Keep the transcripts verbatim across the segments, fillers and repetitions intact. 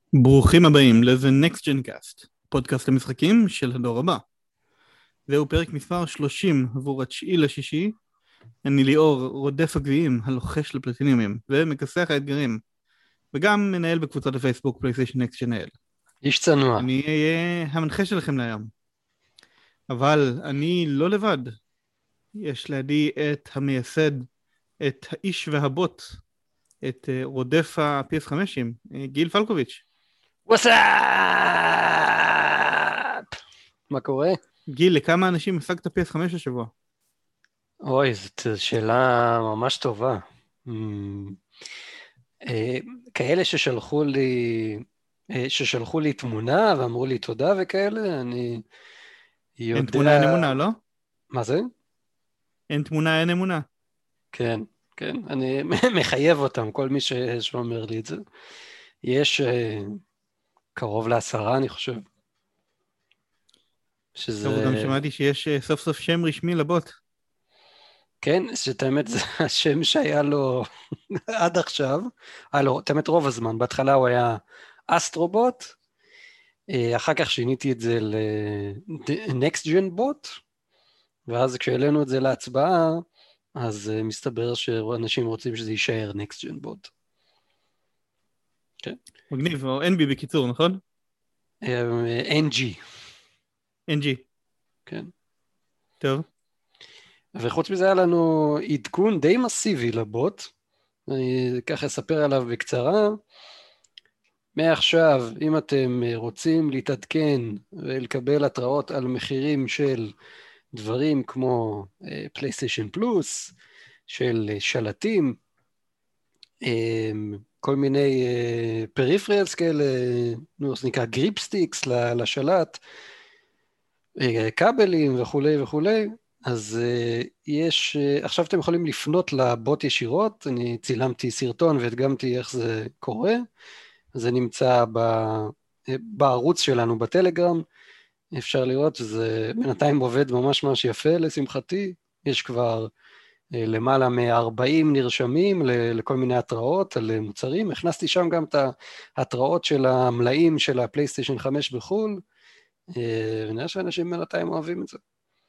ברוכים הבאים ל-The Next Gen Cast, פודקאסט המשחקים של הדור הבא. זהו פרק מספר שלושים עבור התשיעי לשישי. אני ליאור, רודף הגביעים, הלוחש לפלטיניומים, ומכסח האתגרים, וגם מנהל בקבוצת הפייסבוק פלייסטיישן Next Gen. איש צנוע. אני אהיה המנחה שלכם להיום. אבל אני לא לבד. יש לידי את המייסד, את האיש והבוט, את רודף ה-פי אס חמש, גיל פלקוביץ'. וואטסאפ! מה קורה? גיל, לכמה אנשים השגת פי אס חמש השבוע? אוי, זאת שאלה ממש טובה. כאלה ששלחו לי, ששלחו לי תמונה ואמרו לי תודה וכאלה, אני יודע... אין תמונה, אין אמונה, לא? מה זה? אין תמונה, אין אמונה. כן, כן, אני מחייב אותם, כל מי שאומר לי את זה. יש קרוב לעשרה, אני חושב. שזה... טוב, גם שמעתי שיש סוף סוף שם רשמי לבוט. כן, שאת האמת זה השם שהיה לו עד עכשיו, היה לו, את האמת רוב הזמן, בהתחלה הוא היה אסטרובוט, אחר כך שיניתי את זה ל-Next Gen Bot, ואז כשהעלינו את זה להצבעה, אז מסתבר שאנשים רוצים שזה יישאר Next Gen Bot. כן. מגניב, או אן בי בקיצור, נכון? אן ג'י. אן ג'י. כן. טוב. וחוץ מזה היה לנו עדכון די מסיבי לבוט, אני ככה אספר עליו בקצרה. מעכשיו, אם אתם רוצים להתעדכן ולקבל התראות על מחירים של דברים כמו פלייסטיישן פלוס, של שלטים, כל מיני פריפריאלס כאלה, נו, זה נקרא גריפסטיקס לשלט, כבלים וכולי וכולי, אז uh, יש, uh, עכשיו אתם יכולים לפנות לבוט ישירות, אני צילמתי סרטון והדגמתי איך זה קורה, זה נמצא ב, uh, בערוץ שלנו בטלגרם, אפשר לראות שזה בינתיים עובד ממש ממש יפה לשמחתי, יש כבר uh, למעלה מ-ארבעים נרשמים ל- לכל מיני התראות על מוצרים, הכנסתי שם גם את ההתראות של המלאים של הפלייסטיישן חמש בחול, uh, ונראה שאנשים בינתיים אוהבים את זה.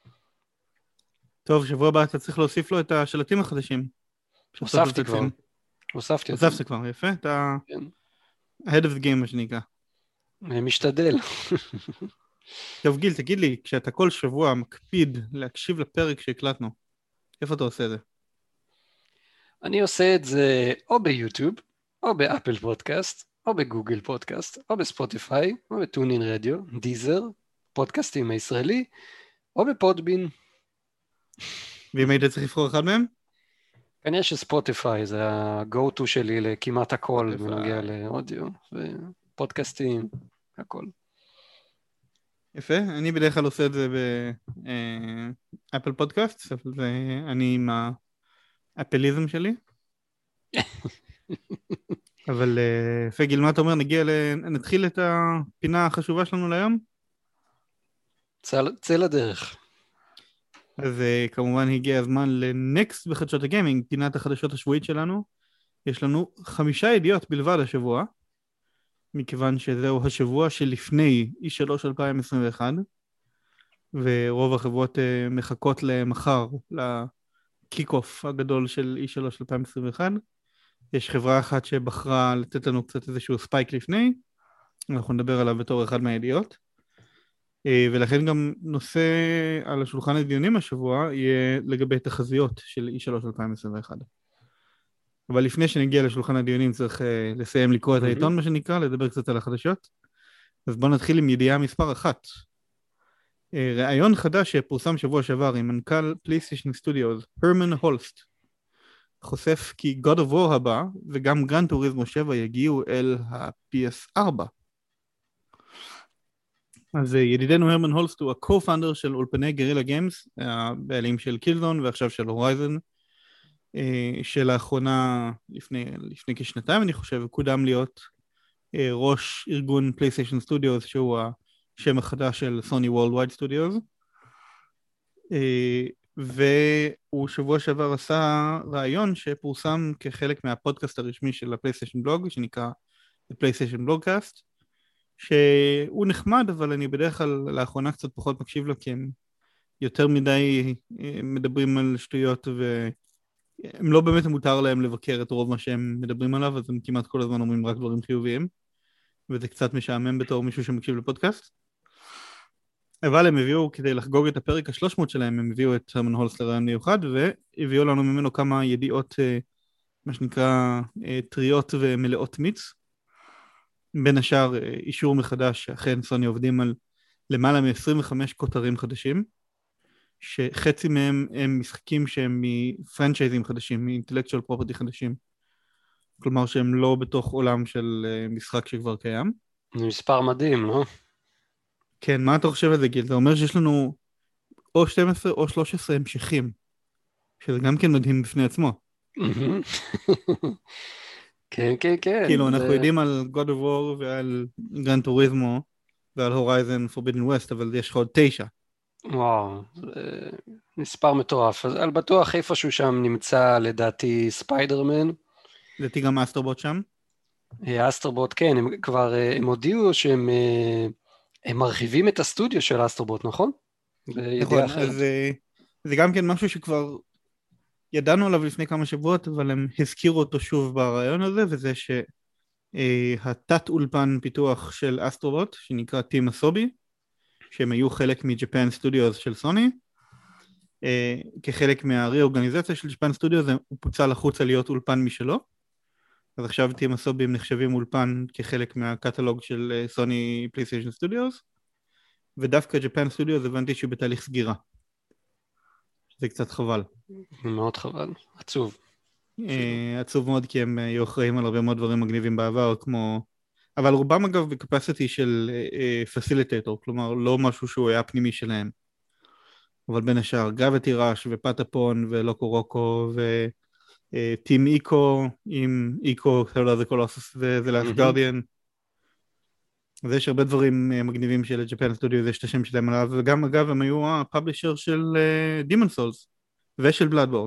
טוב, שבוע הבא אתה צריך להוסיף לו את השלטים החדשים. הוספתי כבר. הוספתי אותם. הוספת כבר, יפה. אתה כן. head of the game, מה שנקרא. משתדל. טוב, גיל, תגיד לי, כשאתה כל שבוע מקפיד להקשיב לפרק שהקלטנו, איפה אתה עושה את זה? אני עושה את זה או ביוטיוב, או באפל פודקאסט, או בגוגל פודקאסט, או בספוטיפיי, או בטונין רדיו, דיזר, פודקאסטים הישראלי, או בפודבין. ואם היית צריך לבחור אחד מהם? כנראה שספוטיפיי זה ה-go to שלי לכמעט הכל בנוגע לאודיו ופודקאסטים, הכל. יפה, אני בדרך כלל עושה את זה באפל פודקאסט, אבל זה אני עם האפליזם שלי. אבל יפה, גיל, מה אתה אומר? נגיע, נתחיל את הפינה החשובה שלנו להיום? צא לדרך. אז כמובן הגיע הזמן לנקסט בחדשות הגיימינג, פינת החדשות השבועית שלנו. יש לנו חמישה ידיעות בלבד השבוע, מכיוון שזהו השבוע שלפני אי שלוש אלפיים עשרים ואחת, ורוב החברות מחכות למחר, לקיק-אוף הגדול של אי שלוש אלפיים עשרים ואחת. יש חברה אחת שבחרה לתת לנו קצת איזשהו ספייק לפני, אנחנו נדבר עליו בתור אחד מהידיעות. ולכן גם נושא על השולחן הדיונים השבוע יהיה לגבי תחזיות של אי שלוש אלפיים עשרים ואחת. אבל לפני שנגיע לשולחן הדיונים צריך uh, לסיים לקרוא את העיתון, מה שנקרא, לדבר קצת על החדשות. אז בואו נתחיל עם ידיעה מספר אחת. Uh, ראיון חדש שפורסם שבוע שעבר עם מנכ"ל פלייסטיישן סטודיוס, הרמן הולסט, חושף כי God of War הבא וגם גרן טוריזמו שבע יגיעו אל ה-פי אס ארבע. אז ידידנו הרמן הולסט הוא ה-co-founder של אולפני גרילה גיימס, הבעלים של קילזון ועכשיו של הורייזן, שלאחרונה, לפני, לפני כשנתיים אני חושב, קודם להיות ראש ארגון פלייסטיישן סטודיוס, שהוא השם החדש של סוני וורלדווייד סטודיוס, והוא שבוע שעבר עשה רעיון שפורסם כחלק מהפודקאסט הרשמי של הפלייסטיישן בלוג, שנקרא הפלייסטיישן בלוגקאסט, שהוא נחמד, אבל אני בדרך כלל לאחרונה קצת פחות מקשיב לו, כי הם יותר מדי מדברים על שטויות, והם לא באמת מותר להם לבקר את רוב מה שהם מדברים עליו, אז הם כמעט כל הזמן אומרים רק דברים חיוביים, וזה קצת משעמם בתור מישהו שמקשיב לפודקאסט. אבל הם הביאו, כדי לחגוג את הפרק ה-שלוש מאות שלהם, הם הביאו את הרמן הולס לרעיון מיוחד, והביאו לנו ממנו כמה ידיעות, מה שנקרא, טריות ומלאות מיץ. בין השאר, אישור מחדש, שאכן סוני עובדים על למעלה מ-עשרים וחמישה כותרים חדשים, שחצי מהם הם משחקים שהם מפרנצ'ייזים חדשים, מאינטלקטואל פרופרטי חדשים. כלומר שהם לא בתוך עולם של משחק שכבר קיים. זה מספר מדהים, לא? כן, מה אתה חושב על זה, גיל? זה אומר שיש לנו או שתים עשרה או שלוש עשרה המשכים, שזה גם כן מדהים בפני עצמו. כן, כן, כן. כאילו, אנחנו יודעים על God of War ועל Gran Turismo ועל Horizon Forbidden West, אבל יש לך עוד תשע. וואו, זה מספר מטורף. אז על בטוח איפשהו שם נמצא לדעתי ספיידרמן. לדעתי גם אסטרובוט שם. אסטרובוט, כן, הם כבר, הם הודיעו שהם הם מרחיבים את הסטודיו של אסטרובוט, נכון? נכון, אז זה גם כן משהו שכבר ידענו עליו לפני כמה שבועות, אבל הם הזכירו אותו שוב ברעיון הזה, וזה שהתת אולפן פיתוח של אסטרובוט, שנקרא Team Asobi, שהם היו חלק מג'פן סטודיוס של סוני, כחלק מהריאורגניזציה של ג'פן סטודיוס, הוא פוצל החוצה להיות אולפן משלו, אז עכשיו Team Asobi הם נחשבים אולפן כחלק מהקטלוג של סוני פלייסטיישן סטודיוס, ודווקא ג'פן סטודיוס הבנתי שהוא בתהליך סגירה. זה קצת חבל. מאוד חבל, עצוב. עצוב מאוד, כי הם היו אחראים על הרבה מאוד דברים מגניבים בעבר, כמו... אבל רובם אגב בקפסיטי של פסיליטטור, כלומר לא משהו שהוא היה פנימי שלהם. אבל בין השאר, גרביטי ראש ופטאפון ולוקו רוקו וטים איקו עם איקו, זה קולוסוס וזה לאסט גרדיאן. אז יש הרבה דברים מגניבים של ג'פן סטודיו, יש את השם שלהם עליו, וגם אגב הם היו הפאבלישר של דימון סולס ושל בלאדבורן.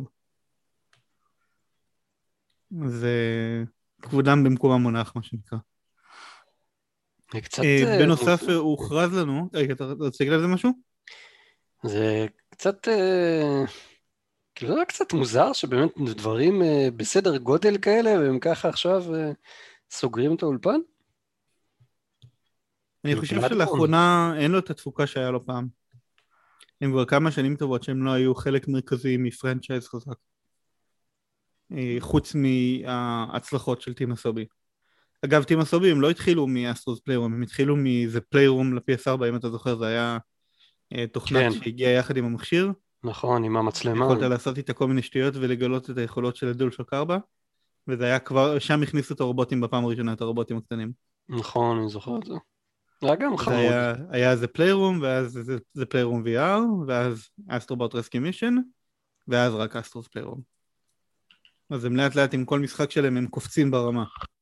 זה כבודם במקום המונח, מה שנקרא. קצת... בנוסף הוא הוכרז לנו, רגע, אתה רוצה להגיד על זה משהו? זה קצת, כאילו זה קצת מוזר שבאמת דברים בסדר גודל כאלה, והם ככה עכשיו סוגרים את האולפן? אני חושב שלאחרונה אין לו את התפוקה שהיה לו פעם. הם כבר כמה שנים טובות שהם לא היו חלק מרכזי מפרנצ'ייז חזק. חוץ מההצלחות של Team Asobi. אגב, Team Asobi הם לא התחילו מאסטרוס פליירום, הם התחילו מזה פליירום ל-פי אס ארבע, אם אתה זוכר, זה היה תוכנת כן. שהגיעה יחד עם המכשיר. נכון, עם המצלמה. יכולת לעשות איתה כל מיני שטויות ולגלות את היכולות של הדולשוק ארבע, וזה היה כבר, שם הכניסו את הרובוטים בפעם הראשונה, את הרובוטים הקטנים. נכון, אני זוכר את זה. זה היה גם חמוד. היה, היה זה פליירום, ואז זה, זה פליירום וי אר, ואז אסטרובוט רסקיו מישן, ואז רק אסטרוס פליירום. אז הם לאט לאט עם כל משחק שלהם הם קופצים ברמה.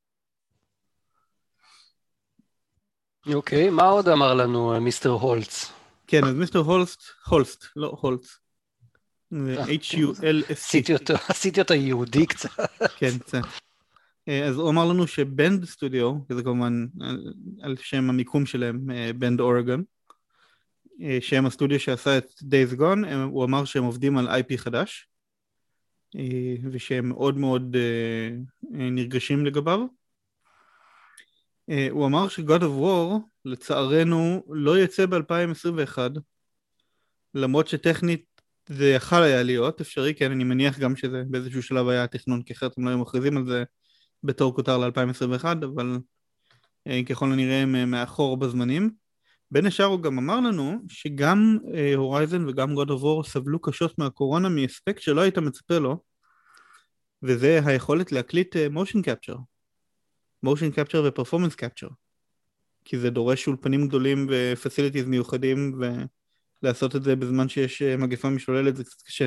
אוקיי, מה עוד אמר לנו מיסטר הולץ? כן, אז מיסטר הולסט, הולסט, לא הולץ. H U L S T. עשיתי אותו יהודי קצת. כן, קצת. אז הוא אמר לנו שבנד סטודיו, וזה כמובן על שם המיקום שלהם, בנד אורגון, שהם הסטודיו שעשה את Days Gone, הוא אמר שהם עובדים על איי פי חדש, ושהם מאוד מאוד נרגשים לגביו. הוא אמר ש-God of War, לצערנו, לא יצא ב-אלפיים עשרים ואחת, למרות שטכנית זה יכל היה להיות, אפשרי, כן, אני מניח גם שזה באיזשהו שלב היה תכנון, כי אחרת הם לא היו מכריזים על זה בתור כותר ל-אלפיים עשרים ואחת, אבל ככל הנראה הם מאחור בזמנים. בין השאר הוא גם אמר לנו שגם הורייזן וגם God of War סבלו קשות מהקורונה מאספקט שלא היית מצפה לו, וזה היכולת להקליט motion capture. motion capture ו-performance capture. כי זה דורש אולפנים גדולים ו-facilities מיוחדים, ולעשות את זה בזמן שיש מגפה משוללת זה קצת קשה.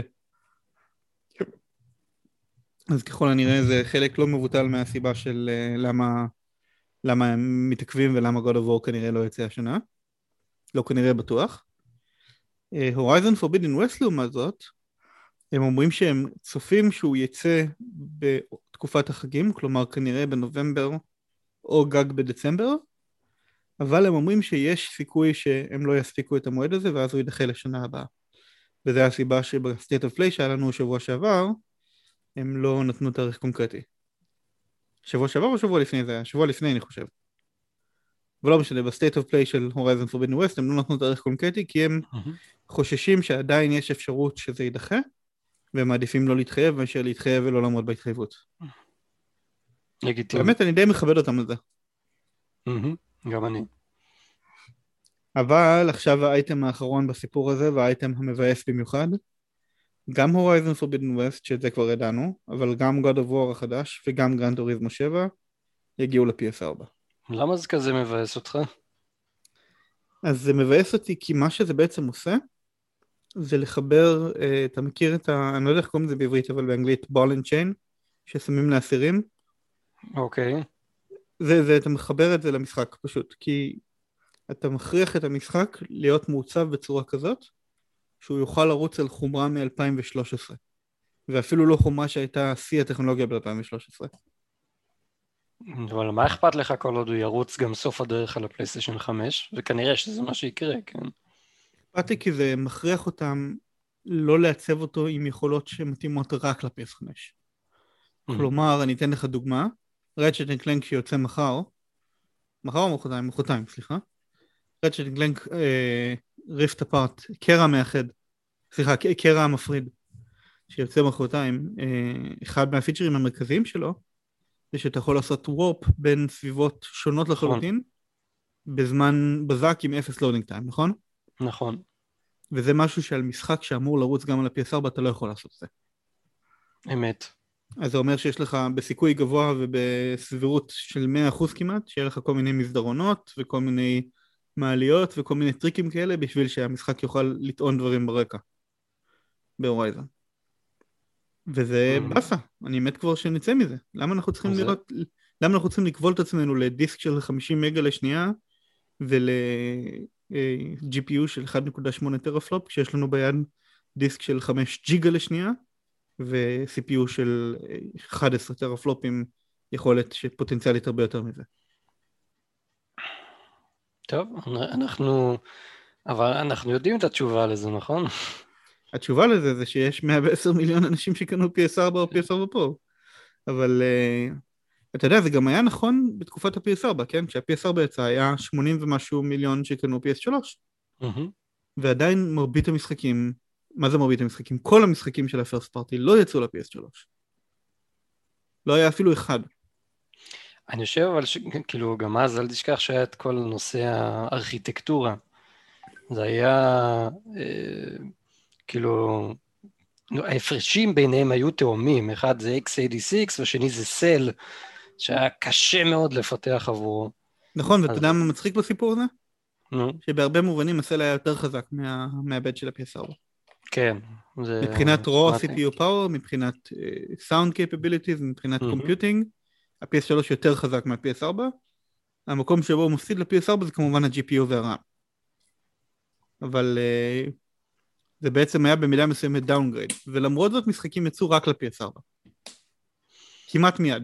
אז ככל הנראה זה חלק לא מבוטל מהסיבה של למה, למה הם מתעכבים ולמה God of War כנראה לא יצא השנה. לא כנראה בטוח. Horizon Forbidden West לעומת זאת, הם אומרים שהם צופים שהוא יצא בתקופת החגים, כלומר כנראה בנובמבר או גג בדצמבר, אבל הם אומרים שיש סיכוי שהם לא יספיקו את המועד הזה, ואז הוא יידחה לשנה הבאה. וזו הסיבה שבסטייט אוף פליי שהיה לנו שבוע שעבר, הם לא נתנו תאריך קונקרטי. שבוע שעבר או שבוע לפני זה היה? שבוע לפני אני חושב. ולא משנה, בסטייט אוף פליי של Horizon Forbidden West הם לא נתנו תאריך קונקרטי, כי הם Mm-hmm. חוששים שעדיין יש אפשרות שזה יידחה, והם מעדיפים לא להתחייב, מאשר להתחייב ולא לעמוד בהתחייבות. לגיטימי. באמת אני די מכבד אותם על זה. Mm-hmm. גם אני. אבל עכשיו האייטם האחרון בסיפור הזה, והאייטם המבאס במיוחד, גם Horizon Forbidden West, שזה כבר ידענו, אבל גם God of War החדש, וגם Gran Turismo שבע, יגיעו ל-פי אס ארבע. למה זה כזה מבאס אותך? אז זה מבאס אותי, כי מה שזה בעצם עושה, זה לחבר, uh, אתה מכיר את ה... אני לא יודע איך קוראים לזה בעברית, אבל באנגלית ball and chain, ששמים לאסירים. אוקיי. זה, זה, אתה מחבר את זה למשחק פשוט, כי אתה מכריח את המשחק להיות מעוצב בצורה כזאת, שהוא יוכל לרוץ על חומרה מ-אלפיים ושלוש עשרה, ואפילו לא חומרה שהייתה שיא הטכנולוגיה ב-אלפיים ושלוש עשרה. אבל מה אכפת לך כל עוד הוא ירוץ גם סוף הדרך על הפלייסטיישן חמש? וכנראה שזה מה שיקרה, כן? אכפת לי כי זה מכריח אותם לא לעצב אותו עם יכולות שמתאימות רק ל-פי אס חמש. כלומר, אני אתן לך דוגמה, Ratchet and Clank שיוצא מחר, מחר או מחרתיים? מחרתיים, סליחה. Ratchet and Clank Rift Apart, קרע מאחד, סליחה, קרע המפריד, שיוצא מחרתיים, אחד מהפיצ'רים המרכזיים שלו, זה שאתה יכול לעשות וורפ בין סביבות שונות לחלוטין, בזמן בזק עם אפס לודינג טיים, נכון? נכון. וזה משהו שעל משחק שאמור לרוץ גם על ה-פי אס ארבע, אתה לא יכול לעשות את זה. אמת. אז זה אומר שיש לך בסיכוי גבוה ובסבירות של מאה אחוז כמעט, שיהיה לך כל מיני מסדרונות וכל מיני מעליות וכל מיני טריקים כאלה, בשביל שהמשחק יוכל לטעון דברים ברקע, בהורייזן. וזה Mm. בסה, אני מת כבר שנצא מזה. למה אנחנו צריכים זה... לראות, למה אנחנו צריכים לקבול את עצמנו לדיסק של חמישים מגה לשנייה, ול-ג'י פי יו של אחת נקודה שמונה טרפלופ, כשיש לנו ביד דיסק של חמש ג'יגה לשנייה, ו-סי פי יו של אחד עשר טרפלופ עם יכולת שפוטנציאלית הרבה יותר מזה. טוב, אנחנו, אבל אנחנו יודעים את התשובה לזה, נכון? התשובה לזה זה שיש מאה ועשר מיליון אנשים שקנו פי אס ארבע או פי אס ארבע פרו. אבל uh, אתה יודע, זה גם היה נכון בתקופת ה-פי אס ארבע, כן? כשה-פי אס ארבע יצא היה שמונים ומשהו מיליון שקנו פי אס שלוש. Mm-hmm. ועדיין מרבית המשחקים, מה זה מרבית המשחקים? כל המשחקים של ה-First Party לא יצאו ל-פי אס שלוש. לא היה אפילו אחד. אני חושב, אבל ש... כאילו, גם אז אל תשכח שהיה את כל נושא הארכיטקטורה. זה היה, אה, כאילו, ההפרשים ביניהם היו תאומים. אחד זה אקס איי די סיקס, והשני זה סל, שהיה קשה מאוד לפתח עבורו. נכון, ואתה אז... יודע מה מצחיק בסיפור הזה? נו. שבהרבה מובנים הסל היה יותר חזק מה... מהבית של ה-פי אס ארבע. כן. זה... מבחינת raw סי פי יו power, מבחינת uh, sound capabilities, מבחינת Mm-hmm. computing, ה-פי אס שלוש יותר חזק מה-פי אס ארבע. המקום שבו הוא מפסיד ל-פי אס ארבע זה כמובן ה-ג'י פי יו וה-RAM. אבל uh, זה בעצם היה במידה מסוימת downgrade, ולמרות זאת משחקים יצאו רק ל-פי אס ארבע. כמעט מיד.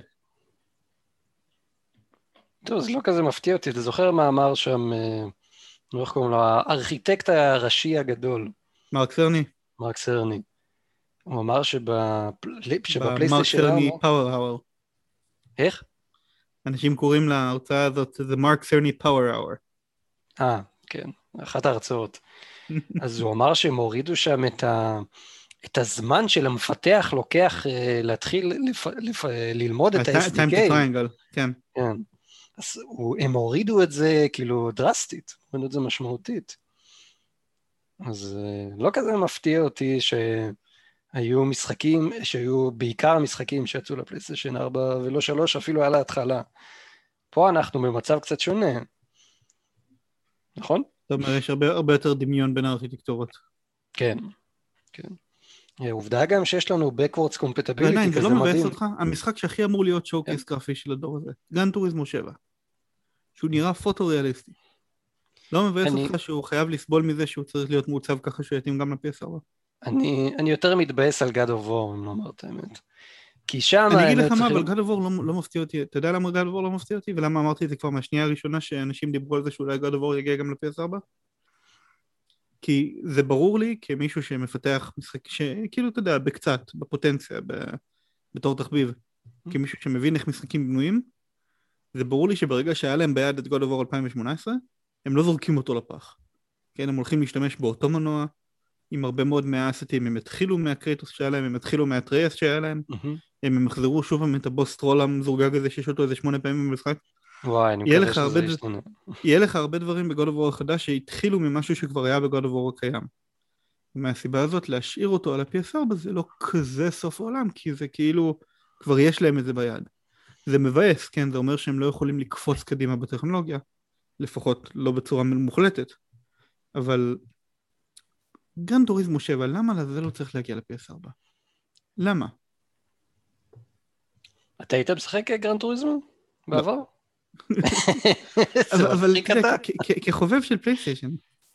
טוב, זה לא כזה מפתיע אותי, אתה זוכר מה אמר שם, אה, איך קוראים לו, הארכיטקט הראשי הגדול. מרק סרני. מרק סרני. הוא אמר שבפלייסטיישן מרק סרני שלנו... Power Hour. איך? אנשים קוראים להרצאה הזאת, זה מרק סרני Power Hour. אה, כן, אחת ההרצאות. אז הוא אמר שהם הורידו שם את, ה... את הזמן של המפתח לוקח uh, להתחיל לפ... לפ... ללמוד את ה-אס די קיי. Time to triangle, כן. כן. אז הוא... הם הורידו את זה כאילו דרסטית, הורידו את זה משמעותית. אז uh, לא כזה מפתיע אותי שהיו משחקים, שהיו בעיקר משחקים שיצאו לפלייסטיישן ארבע ולא שלוש, אפילו על ההתחלה. פה אנחנו במצב קצת שונה. נכון? זאת אומרת, יש הרבה, הרבה יותר דמיון בין הארכיטקטורות. כן, כן. עובדה גם שיש לנו backwards compatibility, ועדיין, זה לא מבאס מדהים. אותך, המשחק שהכי אמור להיות שואו-קייס גרפי של הדור הזה, גרן טוריזמו שבע, שהוא נראה פוטו-ריאליסטי. לא מבאס אני... אותך שהוא חייב לסבול מזה שהוא צריך להיות מעוצב ככה שהוא יתאים גם ל-פי אס ארבע? אני, אני יותר מתבאס על God of War, אם לא אמרת האמת. כי שם אני אגיד לך האמת מה, אבל צריכים... God of War לא, לא מפתיע אותי. אתה יודע למה God of War לא מפתיע אותי? ולמה אמרתי את זה כבר מהשנייה הראשונה שאנשים דיברו על זה שאולי God of War יגיע גם ל-פי אס ארבע? כי זה ברור לי כמישהו שמפתח משחק, שכאילו אתה יודע, בקצת, בפוטנציה, ב... בתור תחביב, כמישהו שמבין איך משחקים בנויים, זה ברור לי שברגע שהיה להם ביד את God of War אלפיים שמונה עשרה, הם לא זורקים אותו לפח. כן, הם הולכים להשתמש באותו מנוע, עם הרבה מאוד מהאסטים, הם התחילו מהקרייטוס שהיה להם, הם התחילו מהטרייס שהיה להם, הם ימחזרו שוב פעם את הבוס טרול המזורגג הזה שיש אותו איזה שמונה פעמים במשחק. וואי, אני יהיה מקווה לך שזה הרבה, ישתנה. יהיה לך הרבה דברים בגוד אוף וור החדש שהתחילו ממשהו שכבר היה בגוד אוף וור הקיים. מהסיבה הזאת להשאיר אותו על ה-פי אס ארבע זה לא כזה סוף העולם, כי זה כאילו כבר יש להם את זה ביד. זה מבאס, כן, זה אומר שהם לא יכולים לקפוץ קדימה בטכנולוגיה, לפחות לא בצורה מוחלטת, אבל גרן טוריזמו שבע, למה לזה לא צריך להגיע ל-פי אס ארבע? למה? אתה היית משחק גרן טוריזמו בעבר? אבל, אבל תראה, כחובב של פלייסטיישן,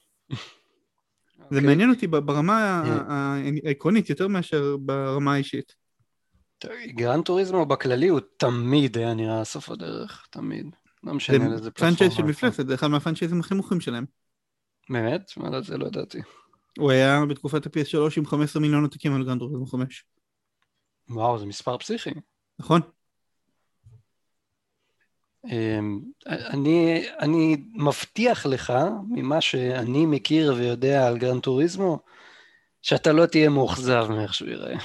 זה מעניין אותי ברמה העקרונית יותר מאשר ברמה האישית. גרן טוריזמו בכללי הוא תמיד היה נראה סוף הדרך, תמיד. לא משנה לזה פלטפורמה. פרנצ'ייז של מפלצת, זה אחד מהפרנצ'ייזים הכי מוכרים שלהם. באמת? מה זה לא ידעתי. הוא היה בתקופת ה-פי אס שלוש עם חמישה עשר מיליון עותקים על גרן טוריזמו חמש. וואו, זה מספר פסיכי. נכון. אני, אני מבטיח לך, ממה שאני מכיר ויודע על גרן טוריזמו, שאתה לא תהיה מאוכזב מאיך שהוא ייראה.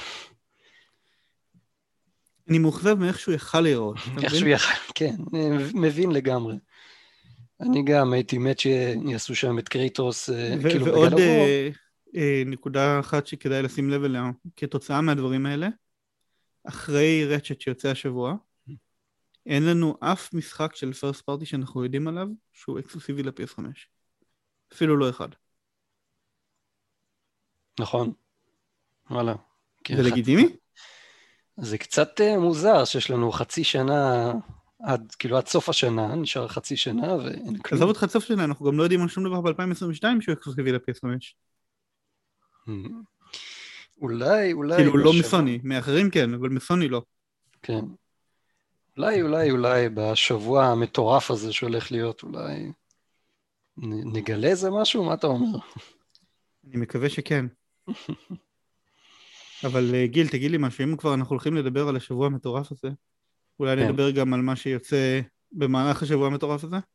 אני מאוכזב מאיך שהוא יכל להיראות. איך שהוא יכל, כן, מבין לגמרי. אני גם הייתי מת שיעשו שם את קרייטוס, כאילו בגלל ועוד עבור. נקודה אחת שכדאי לשים לב אליה, כתוצאה מהדברים האלה, אחרי רצ'ט שיוצא השבוע, אין לנו אף משחק של פרסט פארטי שאנחנו יודעים עליו שהוא אקסקלוסיבי ל-פי אס חמש. אפילו לא אחד. נכון. וואלה. זה לגיטימי? זה קצת מוזר שיש לנו חצי שנה, עד, כאילו עד סוף השנה, נשאר חצי שנה ואין כלום. עזוב אותך עד סוף שנה, אנחנו גם לא יודעים על שום דבר ב-אלפיים עשרים ושתיים שהוא אקסקלוסיבי ל-פי אס חמש. אולי, אולי... כאילו לא מסוני, מאחרים כן, אבל מסוני לא. כן. אולי, אולי, אולי בשבוע המטורף הזה שהולך להיות, אולי נגלה איזה משהו? מה אתה אומר? אני מקווה שכן. אבל גיל, תגיד לי משהו, אם כבר אנחנו הולכים לדבר על השבוע המטורף הזה, אולי כן. נדבר גם על מה שיוצא במהלך השבוע המטורף הזה?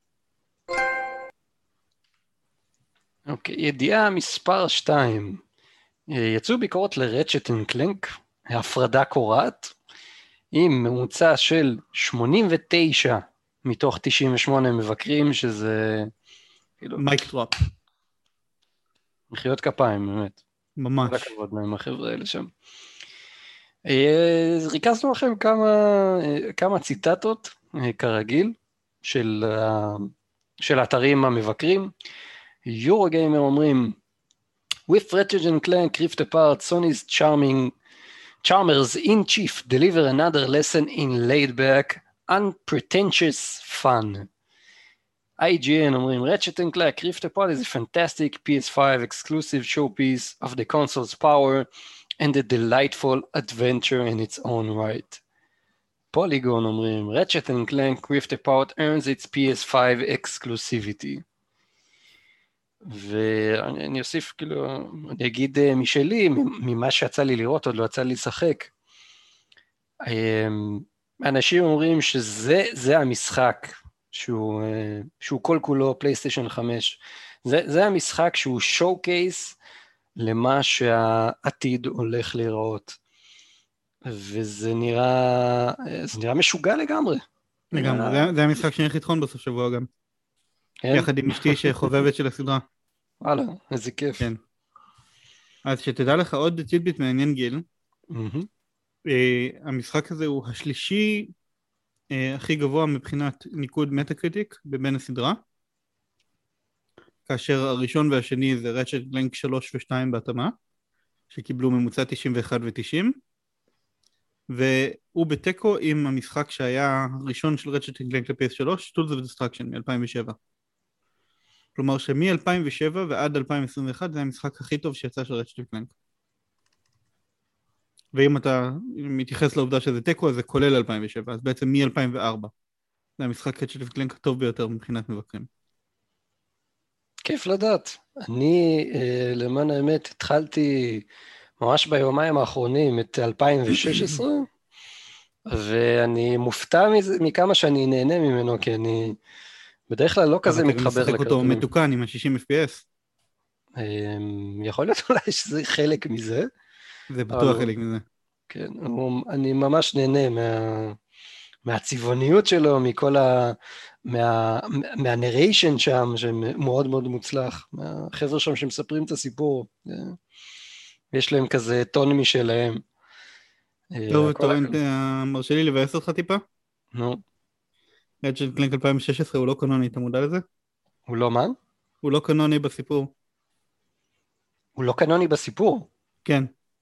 אוקיי, ידיעה מספר שתיים. יצאו ביקורות לרצ'ט אנד קלנק, הפרדה קורעת, עם ממוצע של שמונים ותשע מתוך תשעים ושמונה מבקרים, שזה... מייק טראפ. מחיאות כפיים, באמת. ממש. כל הכבוד להם החבר'ה האלה שם. ריכזנו לכם כמה, כמה ציטטות, כרגיל, של, של האתרים המבקרים. יורוגיימר אומרים, With Ratchet and Clank Rift Apart, Sony's charming Charmers in Chief deliver another lesson in laid-back, unpretentious fun. I G N אומרים, Ratchet and Clank Rift Apart is a fantastic P S five exclusive showpiece of the console's power and a delightful adventure in its own right. Polygon אומרים, Ratchet and Clank Rift Apart earns its P S five exclusivity. ואני אוסיף, כאילו, אני אגיד משלי, ממה שיצא לי לראות, עוד לא יצא לי לשחק. אנשים אומרים שזה זה המשחק, שהוא, שהוא כל כולו פלייסטיישן חמש. זה, זה המשחק שהוא שואו-קייס למה שהעתיד הולך להיראות. וזה נראה, זה נראה משוגע לגמרי. לגמרי, זה, זה המשחק שאני הולך לתחון בסוף שבוע גם. כן? יחד עם אשתי שחובבת של הסדרה. וואלה, איזה כיף. כן. אז שתדע לך עוד טיפ מעניין גיל, mm-hmm. uh, המשחק הזה הוא השלישי uh, הכי גבוה מבחינת ניקוד מטה-קריטיק בבין הסדרה, כאשר הראשון והשני זה רצ'ט קלנק שלוש ושתיים בהתאמה, שקיבלו ממוצע תשעים ואחת ו-תשעים, והוא בטקו עם המשחק שהיה הראשון של רצ'ט קלנק ל-פי אס שלוש, Tools of Destruction מ-אלפיים ושבע. כלומר שמ-אלפיים ושבע ועד אלפיים עשרים ואחת זה המשחק הכי טוב שיצא של רצ'ט קלנק. ואם אתה מתייחס לעובדה שזה טקו, אז זה כולל אלפיים ושבע, אז בעצם מ-אלפיים וארבע. זה המשחק רצ'ט וקלנק הטוב ביותר מבחינת מבקרים. כיף לדעת. אני, למען האמת, התחלתי ממש ביומיים האחרונים את אלפיים ושש עשרה, ואני מופתע מזה, מכמה שאני נהנה ממנו, כי אני בדרך כלל לא כזה אבל אתה גם מתחבר משחק אותו לקרטונים. מתוקן עם ה-שישים אף פי אס. יכול להיות אולי שזה חלק מזה. זה בטוח אבל- חלק מזה. כן, הוא- אני ממש נהנה מה... מהצבעוניות שלו, מכל ה... מה... מהנריישן שם, שמאוד מאוד מוצלח, מהחבר'ה שם שמספרים את הסיפור, יש להם כזה טון משלהם. טוב, הכל טורנט, הכל- אה, מרשה לי לבאס אותך טיפה? נו, רצ'ט וקלנק אלפיים ושש עשרה הוא לא קנוני, אתה מודע לזה? הוא לא מה? הוא לא קנוני בסיפור. הוא לא קנוני בסיפור. כן.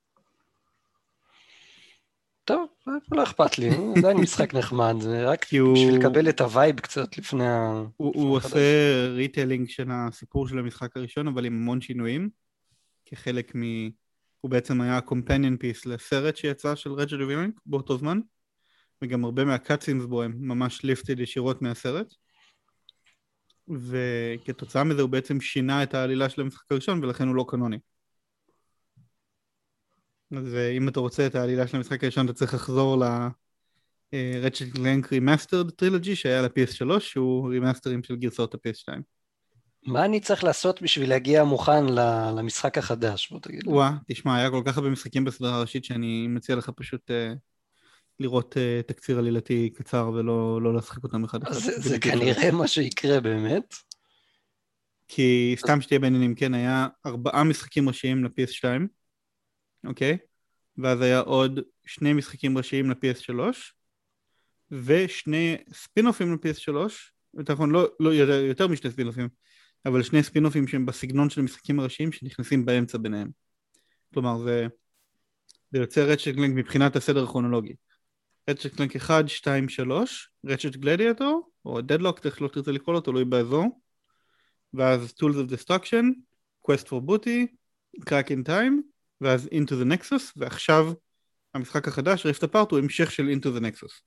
טוב, לא אכפת לי, הוא עדיין משחק נחמד, זה רק כי הוא- בשביל לקבל את הווייב קצת לפני ה... הוא, לפני הוא החדש. עושה ריטיילינג של הסיפור של המשחק הראשון, אבל עם המון שינויים, כחלק מ... הוא בעצם היה companion piece לסרט שיצא של רצ'ט וקלנק באותו זמן, וגם הרבה מהקאטסינס בו הם ממש ליפטד ישירות מהסרט, וכתוצאה מזה הוא בעצם שינה את העלילה של המשחק הראשון, ולכן הוא לא קנוני. אז אה, אם אתה רוצה את העלילה של המשחק הראשון, אתה צריך לחזור ל-רצ'ט וקלנק רימאסטרד טרילוגי שהיה ל-פי אס שלוש, שהוא רימאסטרים של גרסאות ה-פי אס שתיים. מה אני צריך לעשות בשביל להגיע מוכן ל- למשחק החדש? בוא תגיד לי. וואה, תשמע, היה כל כך הרבה משחקים בסדרה הראשית שאני מציע לך פשוט אה, לראות אה, תקציר עלילתי קצר ולא לא לשחק אותם אחד אחד. אז זה, זה בלתי אפשרי. כנראה מה שיקרה באמת. כי סתם שתהיה בעניינים, כן, היה ארבעה משחקים ראשיים ל-פי אס שתיים, אוקיי? ואז היה עוד שני משחקים ראשיים ל-פי אס שלוש, ושני ספינופים ל-פי אס שלוש, יותר נכון, לא, לא יותר, יותר משני ספינופים, אבל שני ספינופים שהם בסגנון של המשחקים הראשיים שנכנסים באמצע ביניהם. כלומר, זה, זה יוצא רצ'ט קלנק מבחינת הסדר הכרונולוגי. רצ'ט קלנק אחת, שתיים, שלוש, רצ'ט גלדיאטור, או דדלוק, איך לא תרצה לקרוא לו, תלוי באזור, ואז Tools of Destruction, Quest for Booty, Crack in Time, ואז Into the Nexus, ועכשיו המשחק החדש, Rift Apart, הוא המשך של Into the Nexus.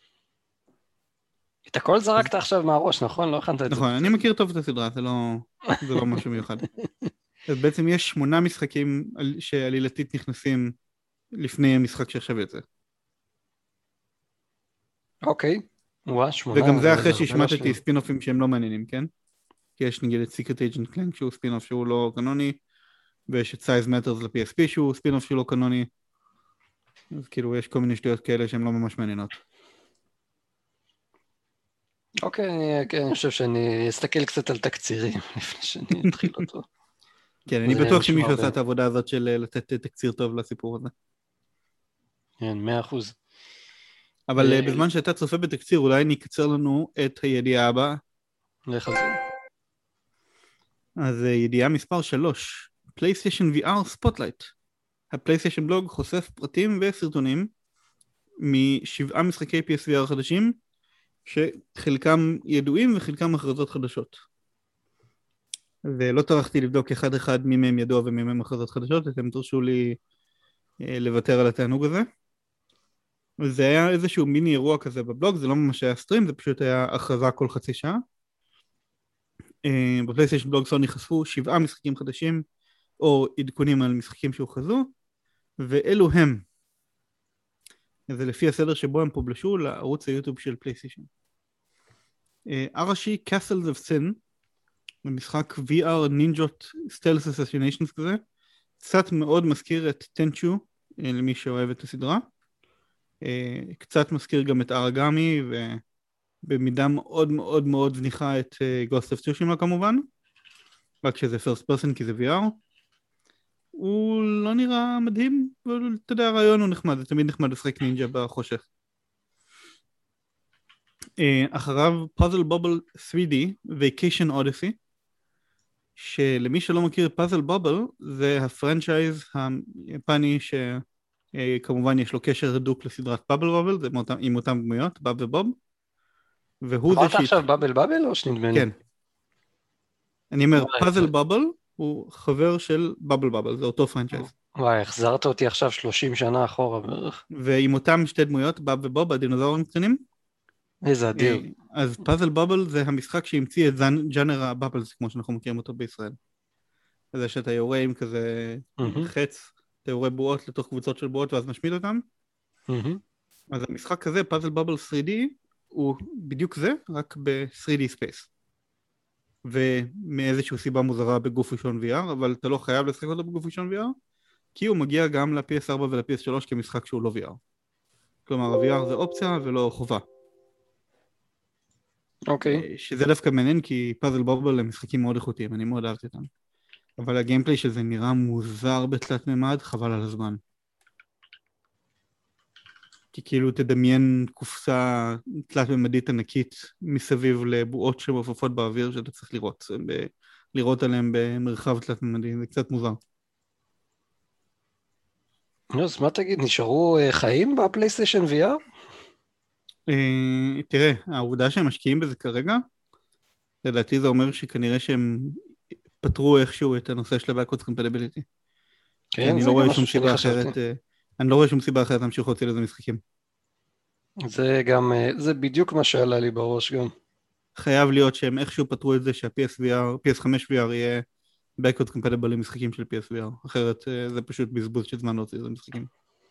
את הכל זרקת עכשיו מהראש, נכון? לא הכנת את זה. נכון, אני מכיר טוב את הסדרה, זה לא, זה לא משהו מיוחד. אז בעצם יש שמונה משחקים על- שעלילתית נכנסים לפני המשחק שעכשיו יוצא. אוקיי. וואה, שמונה. וגם זה אחרי הרבה שהשמטתי להשלים. ספינופים שהם לא מעניינים, כן? כי יש נגיד את Secret Agent Clank שהוא ספינוף שהוא לא קנוני, ויש את Size Matters ל-פי אס פי שהוא ספינוף שהוא לא קנוני, אז כאילו יש כל מיני שטויות כאלה שהן לא ממש מעניינות. אוקיי, אני- כן, אני חושב שאני אסתכל קצת על תקצירים לפני שאני אתחיל אותו. כן, אני זה בטוח נשמע שמישהו הרבה. עשה את העבודה הזאת של אה, לתת אה, תקציר טוב לסיפור הזה. כן, מאה אחוז. אבל אה, אה, בזמן שאתה צופה בתקציר, אולי אני אקצר לנו את הידיעה הבאה. לך על זה. אז אה, ידיעה מספר שלוש, פלייסטיישן וי אר ספוטלייט. הפלייסטיישן בלוג חושף פרטים וסרטונים משבעה משחקי פי אס וי אר חדשים, שחלקם ידועים וחלקם הכרזות חדשות. ולא טרחתי לבדוק אחד אחד מי מהם ידוע ומי מהם הכרזות חדשות, אתם תרשו לי אה, לוותר על התענוג הזה. וזה היה איזשהו מיני אירוע כזה בבלוג, זה לא ממש היה סטרים, זה פשוט היה הכרזה כל חצי שעה. אה, בפלייסטיישן בלוג סוני חשפו שבעה משחקים חדשים, או עדכונים על משחקים שהוכרזו, ואלו הם. זה לפי הסדר שבו הם פובלשו לערוץ היוטיוב של פלייסטיישן. ארשי Castles of Sin, במשחק וי אר נינג'ות סטלס אססיניישנס כזה, קצת מאוד מזכיר את טנצ'ו, למי שאוהב את הסדרה, קצת מזכיר גם את ארגמי, ובמידה מאוד מאוד מאוד זניחה את Ghost of Tsushima כמובן, רק שזה first person כי זה וי אר. הוא לא נראה מדהים, אבל אתה יודע, הרעיון הוא נחמד, זה תמיד נחמד לשחק נינג'ה בחושך. אחריו פאזל בובל תרי די, Vacation Odyssey, שלמי שלא מכיר פאזל בובל, זה הפרנצ'ייז היפני שכמובן יש לו קשר הדוק לסדרת בבל בובל, זה עם אותם דמויות, בב ובוב. והוא זה אמרת שהת... עכשיו בבל בבל או שנדמה לי? כן. אני אומר, אה, פאזל יפה. בובל הוא חבר של בבל בובל, זה אותו פרנצ'ייז. וואי, החזרת אותי עכשיו שלושים שנה אחורה בערך. ועם אותם שתי דמויות, בב ובוב, הדינוזאורים קטנים. איזה אדיר. אז פאזל בבל זה המשחק שהמציא את ג'אנר הבאבלס, כמו שאנחנו מכירים אותו בישראל. זה שאתה יורה עם כזה מהמם, חץ, אתה יורה בועות לתוך קבוצות של בועות ואז משמיד אותם. מהמם. אז המשחק הזה, פאזל בבל תרי די, הוא בדיוק זה, רק ב-תרי די ספייס. ומאיזושהי סיבה מוזרה בגוף ראשון וי אר, אבל אתה לא חייב לשחק אותו בגוף ראשון וי אר, כי הוא מגיע גם ל-פי אס ארבע ול-פי אס שלוש כמשחק שהוא לא וי אר. כלומר, ה-וי אר זה אופציה ולא חובה. אוקיי. שזה דווקא מעניין, כי פאזל בבל הם משחקים מאוד איכותיים, אני מאוד אהבתי אותם. אבל הגיימפליי של זה נראה מוזר בתלת ממד, חבל על הזמן. כי כאילו תדמיין קופסה תלת ממדית ענקית מסביב לבועות שמעופפות באוויר שאתה צריך לראות, ב- לראות עליהם במרחב תלת ממדי, זה קצת מוזר. נו, אז מה תגיד, נשארו אה, חיים בפלייסטיישן וי אר? אה, תראה, העובדה שהם משקיעים בזה כרגע, לדעתי זה אומר שכנראה שהם פתרו איכשהו את הנושא של ה-Backwards Compatibility. כי כן, אני זה לא גם רואה משהו שום שאני סיבה חשבתי. אחרת, אה, אני לא רואה שום סיבה אחרת להמשיך להוציא לזה משחקים. זה גם, אה, זה בדיוק מה שעלה לי בראש גם. חייב להיות שהם איכשהו פתרו את זה שה-פי אס וי אר, פי אס חמש וי אר יהיה Backwards Compatible למשחקים של פי אס וי אר, אחרת אה, זה פשוט בזבוז של זמן להוציא לזה משחקים.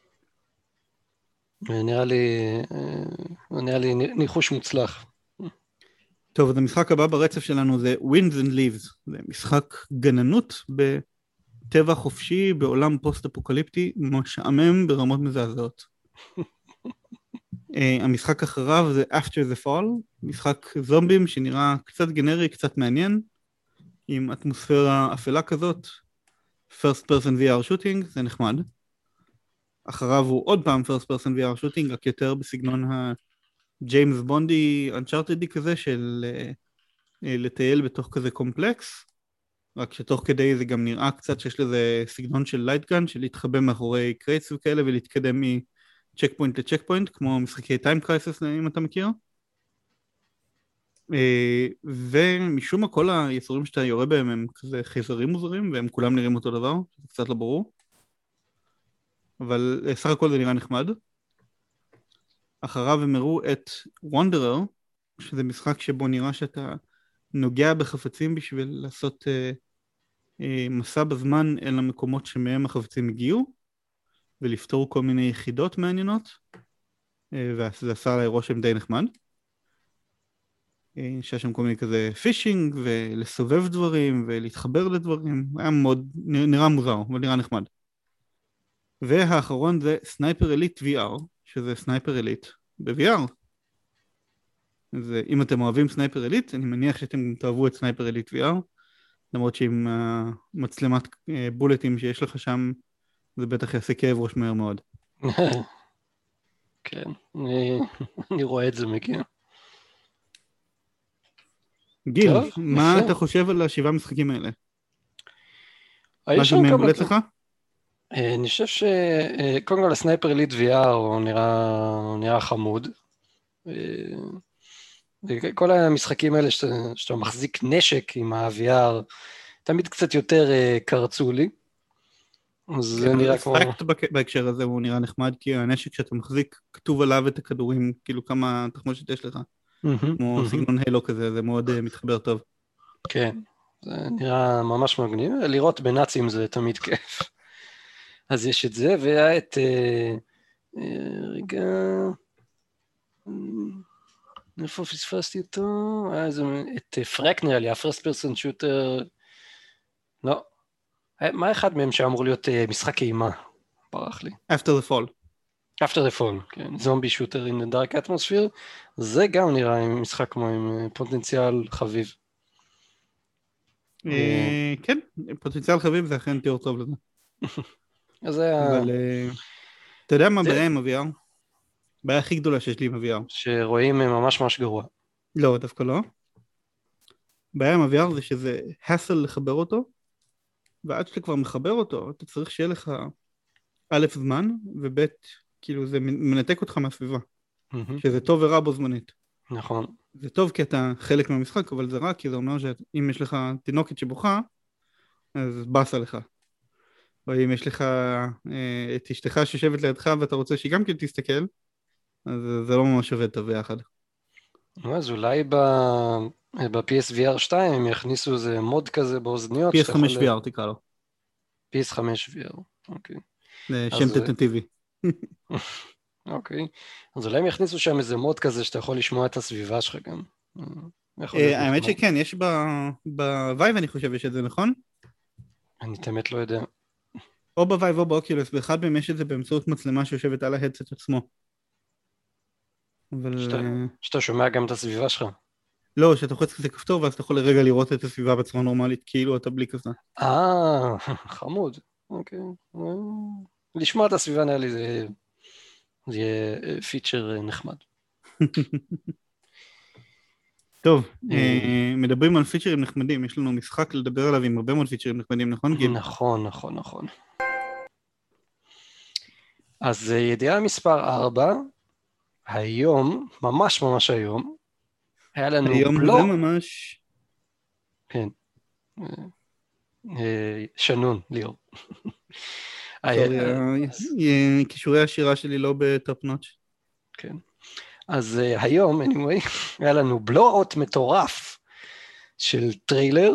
אה, נראה לי, אה, נראה לי ניחוש מוצלח. טוב, אז המשחק הבא ברצף שלנו זה Winds and Leaves, זה משחק גננות בטבע חופשי בעולם פוסט-אפוקליפטי משעמם ברמות מזעזעות. uh, המשחק אחריו זה After the Fall, משחק זומבים שנראה קצת גנרי, קצת מעניין, עם אטמוספירה אפלה כזאת, First Person וי אר Shooting, זה נחמד. אחריו הוא עוד פעם First Person וי אר Shooting, רק יותר בסגנון הג'יימס בונדי אנצ'ארטדי כזה של uh, לטייל בתוך כזה קומפלקס, רק שתוך כדי זה גם נראה קצת שיש לזה סגנון של לייטגן, של להתחבא מאחורי קרייטס וכאלה ולהתקדם מצ'ק פוינט לצ'ק פוינט, כמו משחקי טיים קרייסס אם אתה מכיר. ומשום מה כל היצורים שאתה יורה בהם הם כזה חייזרים מוזרים, והם כולם נראים אותו דבר, זה קצת לא ברור. אבל סך הכל זה נראה נחמד. אחריו הם הראו את Wanderer, שזה משחק שבו נראה שאתה נוגע בחפצים בשביל לעשות אה, אה, מסע בזמן אל המקומות שמהם החפצים הגיעו, ולפתור כל מיני יחידות מעניינות, אה, וזה עשה עליי רושם די נחמד. אה, שהיה שם כל מיני כזה פישינג, ולסובב דברים, ולהתחבר לדברים, היה מאוד, נראה מוזר, אבל נראה נחמד. והאחרון זה סנייפר אליט וי אר, שזה סנייפר אליט ב-וי אר. אז אם אתם אוהבים סנייפר אליט, אני מניח שאתם תאהבו את סנייפר אליט וי אר, למרות שעם מצלמת בולטים שיש לך שם, זה בטח יעשה כאב ראש מהר מאוד. כן, אני, אני רואה את זה מגיע. גיל, טוב, מה יפה. אתה חושב על השבעה משחקים האלה? יש משהו שם מהם כמה... בולט לך? אה, אני חושב ש... אה, קודם כל הסנייפר אליט וי אר הוא נראה, הוא נראה חמוד. אה, כל המשחקים האלה שאתה, שאתה מחזיק נשק עם ה-וי אר, תמיד קצת יותר uh, קרצו לי. אז זה נראה כמו... אפקט בהקשר הזה הוא נראה נחמד, כי הנשק שאתה מחזיק כתוב עליו את הכדורים, כאילו כמה תחמושת יש לך. כמו סגנון הלו כזה, זה מאוד מתחבר טוב. כן, זה נראה ממש מגניב. לראות בנאצים זה תמיד כיף. אז יש את זה, והיה את... רגע... איפה פספסתי אותו? היה איזה... את פרק נראה לי, ה-first person shooter... לא. מה אחד מהם שאמור להיות משחק אימה? ברח לי. After the Fall. After the Fall, כן. זומבי שוטר in the dark atmosphere. זה גם נראה משחק כמו עם פוטנציאל חביב. כן, פוטנציאל חביב זה אכן תיאור טוב לזה. אז זה היה... אבל אתה יודע מה בעיה עם ה-וי אר? הבעיה הכי גדולה שיש לי עם ה-וי אר. שרואים ממש ממש גרוע. לא, דווקא לא. הבעיה עם ה-וי אר זה שזה הסל לחבר אותו, ועד שאתה כבר מחבר אותו, אתה צריך שיהיה לך א' זמן, וב' כאילו זה מנתק אותך מהסביבה. שזה טוב ורע בו זמנית. נכון. זה טוב כי אתה חלק מהמשחק, אבל זה רע כי זה אומר שאם יש לך תינוקת שבוכה, אז בסה לך. או אם יש לך אה, את אשתך שיושבת לידך ואתה רוצה שהיא גם כן תסתכל, אז זה לא ממש עובד טוב ביחד. אז אולי ב-פי אס וי אר שתיים הם יכניסו איזה מוד כזה באוזניות, פי אס שאתה יכול... חמש וי אר תקרא לו. פי אס חמש וי אר, אוקיי. זה שם אז... טנטטיבי. אוקיי. אז אולי הם יכניסו שם איזה מוד כזה שאתה יכול לשמוע את הסביבה שלך גם. יכול להיות האמת נחמד. שכן, יש בווייב אני חושב יש את זה, נכון? אני באמת לא יודע. או בווייב או באוקילוס, באחד מהם יש את זה באמצעות מצלמה שיושבת על ההדסט עצמו. אבל... שאתה, שאתה שומע גם את הסביבה שלך. לא, שאתה חוצה כזה כפתור ואז אתה יכול לרגע לראות את הסביבה בצורה נורמלית, כאילו אתה בלי כזה. אה, חמוד. אוקיי. לשמוע את הסביבה נראה לי זה יהיה פיצ'ר נחמד. טוב, מדברים על פיצ'רים נחמדים, יש לנו משחק לדבר עליו עם הרבה מאוד פיצ'רים נחמדים, נכון גיל? נכון, נכון, נכון. אז ידיעה מספר ארבע, היום, ממש ממש היום, היה לנו היום בלוג. הזה ממש... כן. שנון, ליאור. קישורי השירה שלי לא בטופ נוטש. כן. אז היום, anyway, היה לנו בלואוט מטורף של טריילר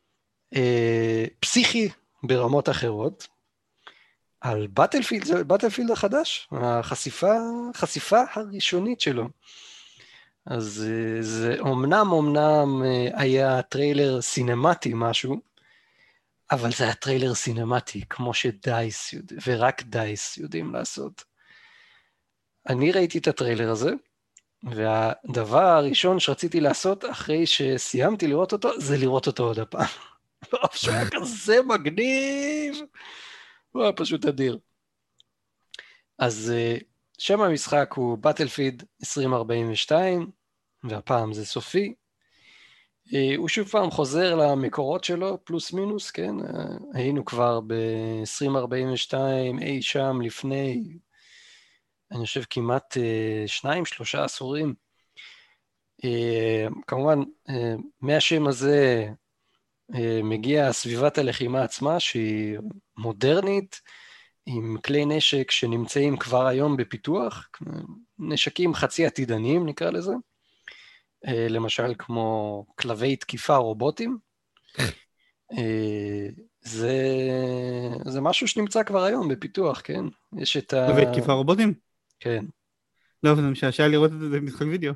פסיכי ברמות אחרות, על בטלפילד, בטלפילד החדש, החשיפה, החשיפה הראשונית שלו. אז זה אומנם אומנם היה טריילר סינמטי משהו, אבל זה היה טריילר סינמטי, כמו שדייס יודע, ורק דייס יודעים לעשות. אני ראיתי את הטריילר הזה, והדבר הראשון שרציתי לעשות אחרי שסיימתי לראות אותו, זה לראות אותו עוד הפעם. שהוא היה כזה מגניב, הוא היה פשוט אדיר. אז שם המשחק הוא Battlefield עשרים ארבעים ושתיים, והפעם זה סופי. הוא שוב פעם חוזר למקורות שלו, פלוס מינוס, כן? היינו כבר ב-עשרים ארבעים ושתיים אי שם לפני, אני חושב כמעט שניים, שלושה עשורים. כמובן, מהשם הזה מגיע סביבת הלחימה עצמה, שהיא מודרנית, עם כלי נשק שנמצאים כבר היום בפיתוח, נשקים חצי עתידניים נקרא לזה, למשל כמו כלבי תקיפה רובוטים. זה, זה משהו שנמצא כבר היום בפיתוח, כן? יש את ה... כלבי תקיפה רובוטים? כן. לא, זה משעשע לראות את זה במשחק וידאו.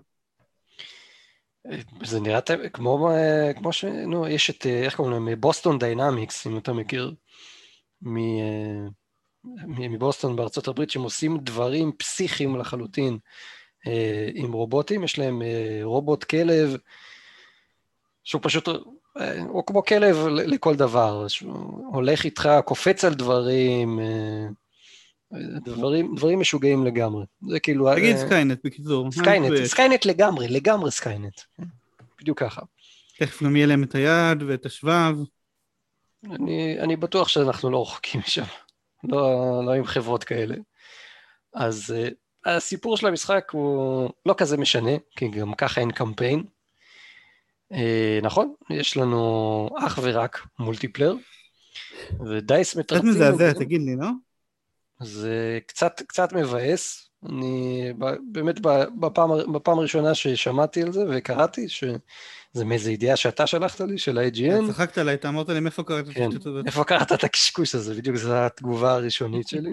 זה נראה כמו, כמו ש... נו, יש את, איך קוראים להם? בוסטון דיינמיקס, אם אתה מכיר, מ... מבוסטון בארצות הברית, שהם עושים דברים פסיכיים לחלוטין עם רובוטים. יש להם רובוט כלב, שהוא פשוט, הוא כמו כלב לכל דבר, שהוא הולך איתך, קופץ על דברים, דברים, דברים משוגעים לגמרי. זה כאילו... תגיד סקיינט בקיצור. סקיינט, סקיינט לגמרי, לגמרי סקיינט. בדיוק ככה. תכף גם יהיה להם את היד ואת השבב. אני, אני בטוח שאנחנו לא רחוקים משם. לא, לא עם חברות כאלה. אז uh, הסיפור של המשחק הוא לא כזה משנה, כי גם ככה אין קמפיין. Uh, נכון, יש לנו אך ורק מולטיפלר, ודייס מתרצים. קצת מזעזע, תגיד לי, לא? זה קצת, קצת מבאס. אני באמת בפעם, בפעם הראשונה ששמעתי על זה וקראתי, שזה מאיזו ידיעה שאתה שלחת לי, של ה-איי ג'י אן. צחקת עליי, אתה אמרת לי, מאיפה קראת את השטות הזאת? איפה קראת את הקשקוש הזה? בדיוק זו התגובה הראשונית שלי.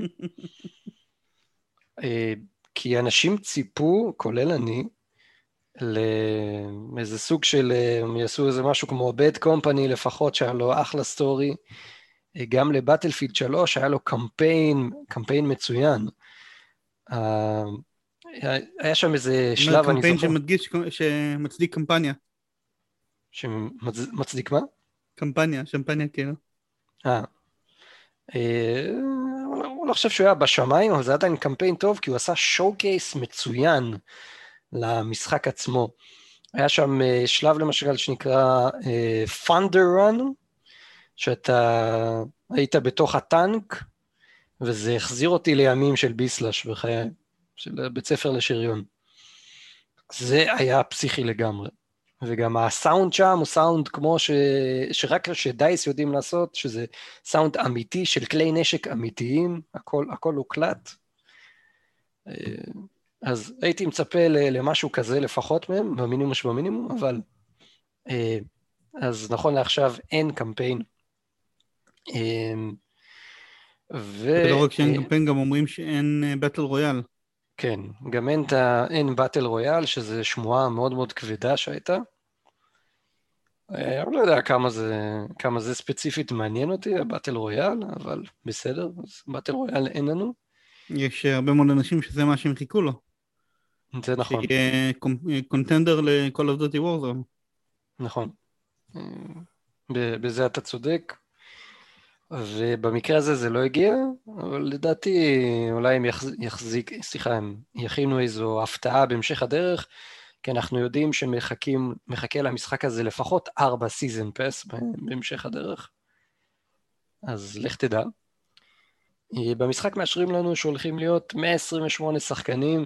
כי אנשים ציפו, כולל אני, לאיזה סוג של, הם יעשו איזה משהו כמו בד קומפני לפחות, שהיה לו אחלה סטורי, גם לבטלפילד שלוש היה לו קמפיין, קמפיין מצוין. היה שם איזה שלב, אני זוכר. קמפיין שמצדיק קמפניה. שמצדיק מה? קמפניה, שמפניה כאילו. אה. הוא לא חושב שהוא היה בשמיים, אבל זה עדיין קמפיין טוב, כי הוא עשה שואו-קייס מצוין למשחק עצמו. היה שם שלב למשל שנקרא Thunder Run, שאתה היית בתוך הטנק, וזה החזיר אותי לימים של ביסלש בחיי, של בית ספר לשריון. זה היה פסיכי לגמרי. וגם הסאונד שם הוא סאונד כמו ש... שרק שדייס יודעים לעשות, שזה סאונד אמיתי של כלי נשק אמיתיים, הכל, הכל הוקלט. אז הייתי מצפה למשהו כזה לפחות מהם, במינימום שבמינימום, אבל אז נכון לעכשיו אין קמפיין. ו... ולא רק שאין קמפיין, גם אומרים שאין באטל רויאל. כן, גם אין, אין באטל רויאל, שזה שמועה מאוד מאוד כבדה שהייתה. אני לא יודע כמה זה, כמה זה ספציפית מעניין אותי, הבאטל רויאל, אבל בסדר, אז באטל רויאל אין לנו. יש הרבה מאוד אנשים שזה מה שהם חיכו לו. זה נכון. שיהיה קונטנדר ל-Call of Duty Warzone. נכון. בזה אתה צודק. ובמקרה הזה זה לא הגיע, אבל לדעתי אולי הם יחזיק, סליחה, הם יכינו איזו הפתעה בהמשך הדרך, כי אנחנו יודעים שמחכים, מחכה למשחק הזה לפחות ארבע סיזן פס בהמשך הדרך. אז לך תדע. במשחק מאשרים לנו שהולכים להיות מאה עשרים ושמונה שחקנים,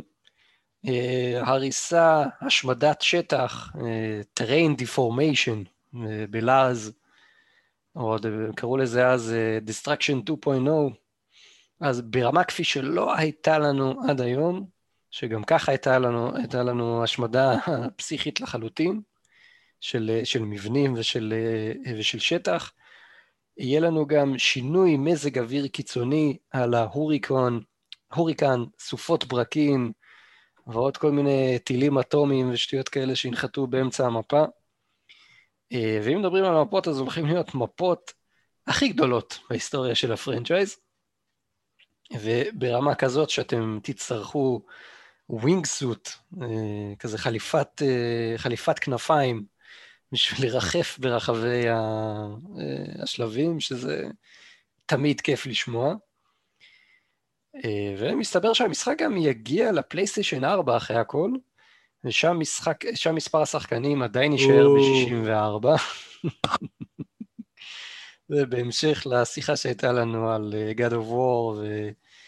הריסה, השמדת שטח, terrain deformation בלעז, או קראו לזה אז Destruction שתיים נקודה אפס, אז ברמה כפי שלא הייתה לנו עד היום, שגם ככה הייתה לנו, הייתה לנו השמדה פסיכית לחלוטין, של, של מבנים ושל, ושל שטח, יהיה לנו גם שינוי מזג אוויר קיצוני על ההוריקון, הוריקן, סופות ברקים, ועוד כל מיני טילים אטומיים ושטויות כאלה שינחתו באמצע המפה. ואם מדברים על המפות, אז הולכים להיות מפות הכי גדולות בהיסטוריה של הפרנצ'ייז, וברמה כזאת שאתם תצטרכו ווינג סוט, כזה חליפת, חליפת כנפיים, בשביל לרחף ברחבי השלבים, שזה תמיד כיף לשמוע. ומסתבר שהמשחק גם יגיע לפלייסטיישן ארבע אחרי הכל, ושם משחק, שם מספר השחקנים עדיין יישאר ב-שישים וארבע. ובהמשך לשיחה שהייתה לנו על God of War ו...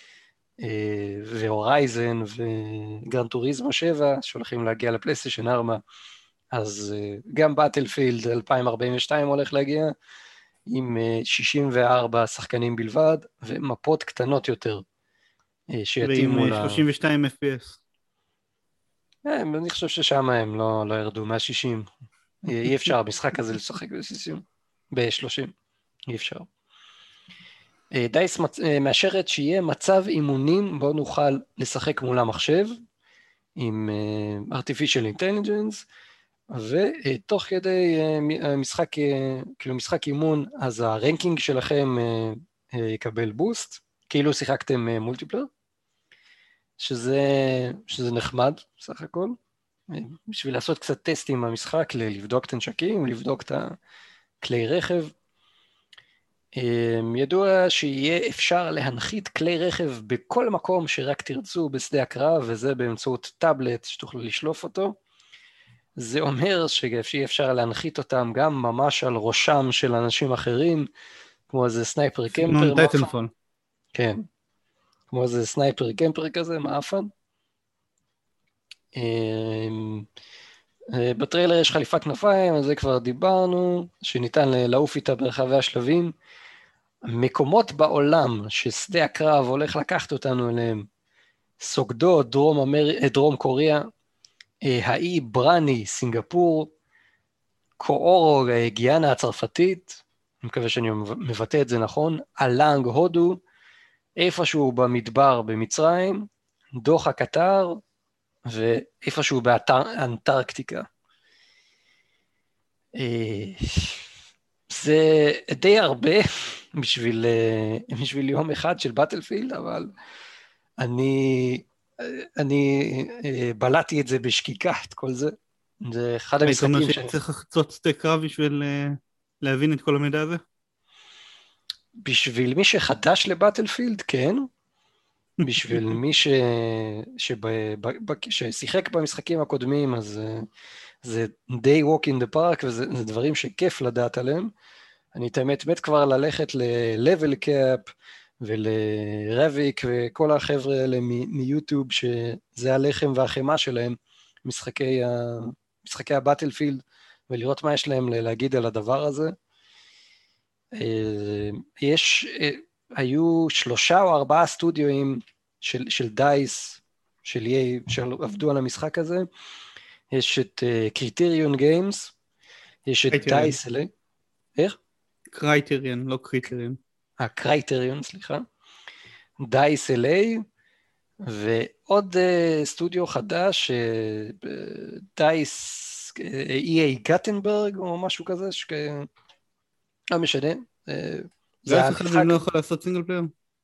והורייזן וגרן טוריזמו שבע, שהולכים להגיע לפלייסטיישן ארבע, אז גם באטלפילד אלפיים ארבעים ושתיים הולך להגיע, עם שישים וארבע שחקנים בלבד, ומפות קטנות יותר, שיתאימו ל... ועם שלושים ושתיים אף פי אס. אני חושב ששם הם לא, לא ירדו מה-שישים. אי אפשר, המשחק הזה לשחק ב-שישים, ב-שלושים, אי אפשר. דייס מאשרת שיהיה מצב אימונים בו נוכל לשחק מול המחשב, עם artificial intelligence, ותוך כדי משחק, כאילו משחק אימון, אז הרנקינג שלכם יקבל בוסט, כאילו שיחקתם מולטיפלר, שזה, שזה נחמד, סך הכל, בשביל לעשות קצת טסטים במשחק, לבדוק את הנשקים, לבדוק את הכלי רכב. ידוע שיהיה אפשר להנחית כלי רכב בכל מקום שרק תרצו בשדה הקרב, וזה באמצעות טאבלט שתוכלו לשלוף אותו. זה אומר שיהיה אפשר להנחית אותם גם ממש על ראשם של אנשים אחרים, כמו איזה סנייפר קמפר. טייטנפול. כן. כמו איזה סנייפר קמפר כזה, מאפן. בטריילר יש חליפת כנפיים, על זה כבר דיברנו, שניתן לעוף איתה ברחבי השלבים. מקומות בעולם ששדה הקרב הולך לקחת אותנו אליהם, סוגדו, דרום, אמר... דרום קוריאה, האי ברני, סינגפור, קואורו, גיאנה הצרפתית, אני מקווה שאני מבטא את זה נכון, אלנג, הודו, איפשהו במדבר במצרים, דוחה קטר, ואיפשהו באנטרקטיקה. זה די הרבה בשביל, בשביל יום אחד של באטלפילד, אבל אני, אני בלעתי את זה בשקיקה, את כל זה. זה אחד המשחקים ש... היית אומר שצריך לחצות שדה קרב בשביל להבין את כל המידע הזה? בשביל מי שחדש לבאטלפילד, כן. בשביל מי ש... שב... ששיחק במשחקים הקודמים, אז זה day walk in the park, וזה דברים שכיף לדעת עליהם. אני תאמת מת כבר ללכת ל-level cap, ולרביק, וכל החבר'ה האלה מיוטיוב, שזה הלחם והחמה שלהם, משחקי, ה... משחקי הבאטלפילד, ולראות מה יש להם להגיד על הדבר הזה. יש, היו שלושה או ארבעה סטודיואים של, של דייס, של איי, שעבדו על המשחק הזה. יש את קריטריון גיימס, יש את דייס, איך? קרייטריון, לא קריטריון. אה, קרייטריון, סליחה. דייס אל איי, ועוד סטודיו חדש, דייס, איי איי גטנברג, או משהו כזה, שכ... לא משנה. ואף אחד מהם לא יכול לעשות סינגל פלייר?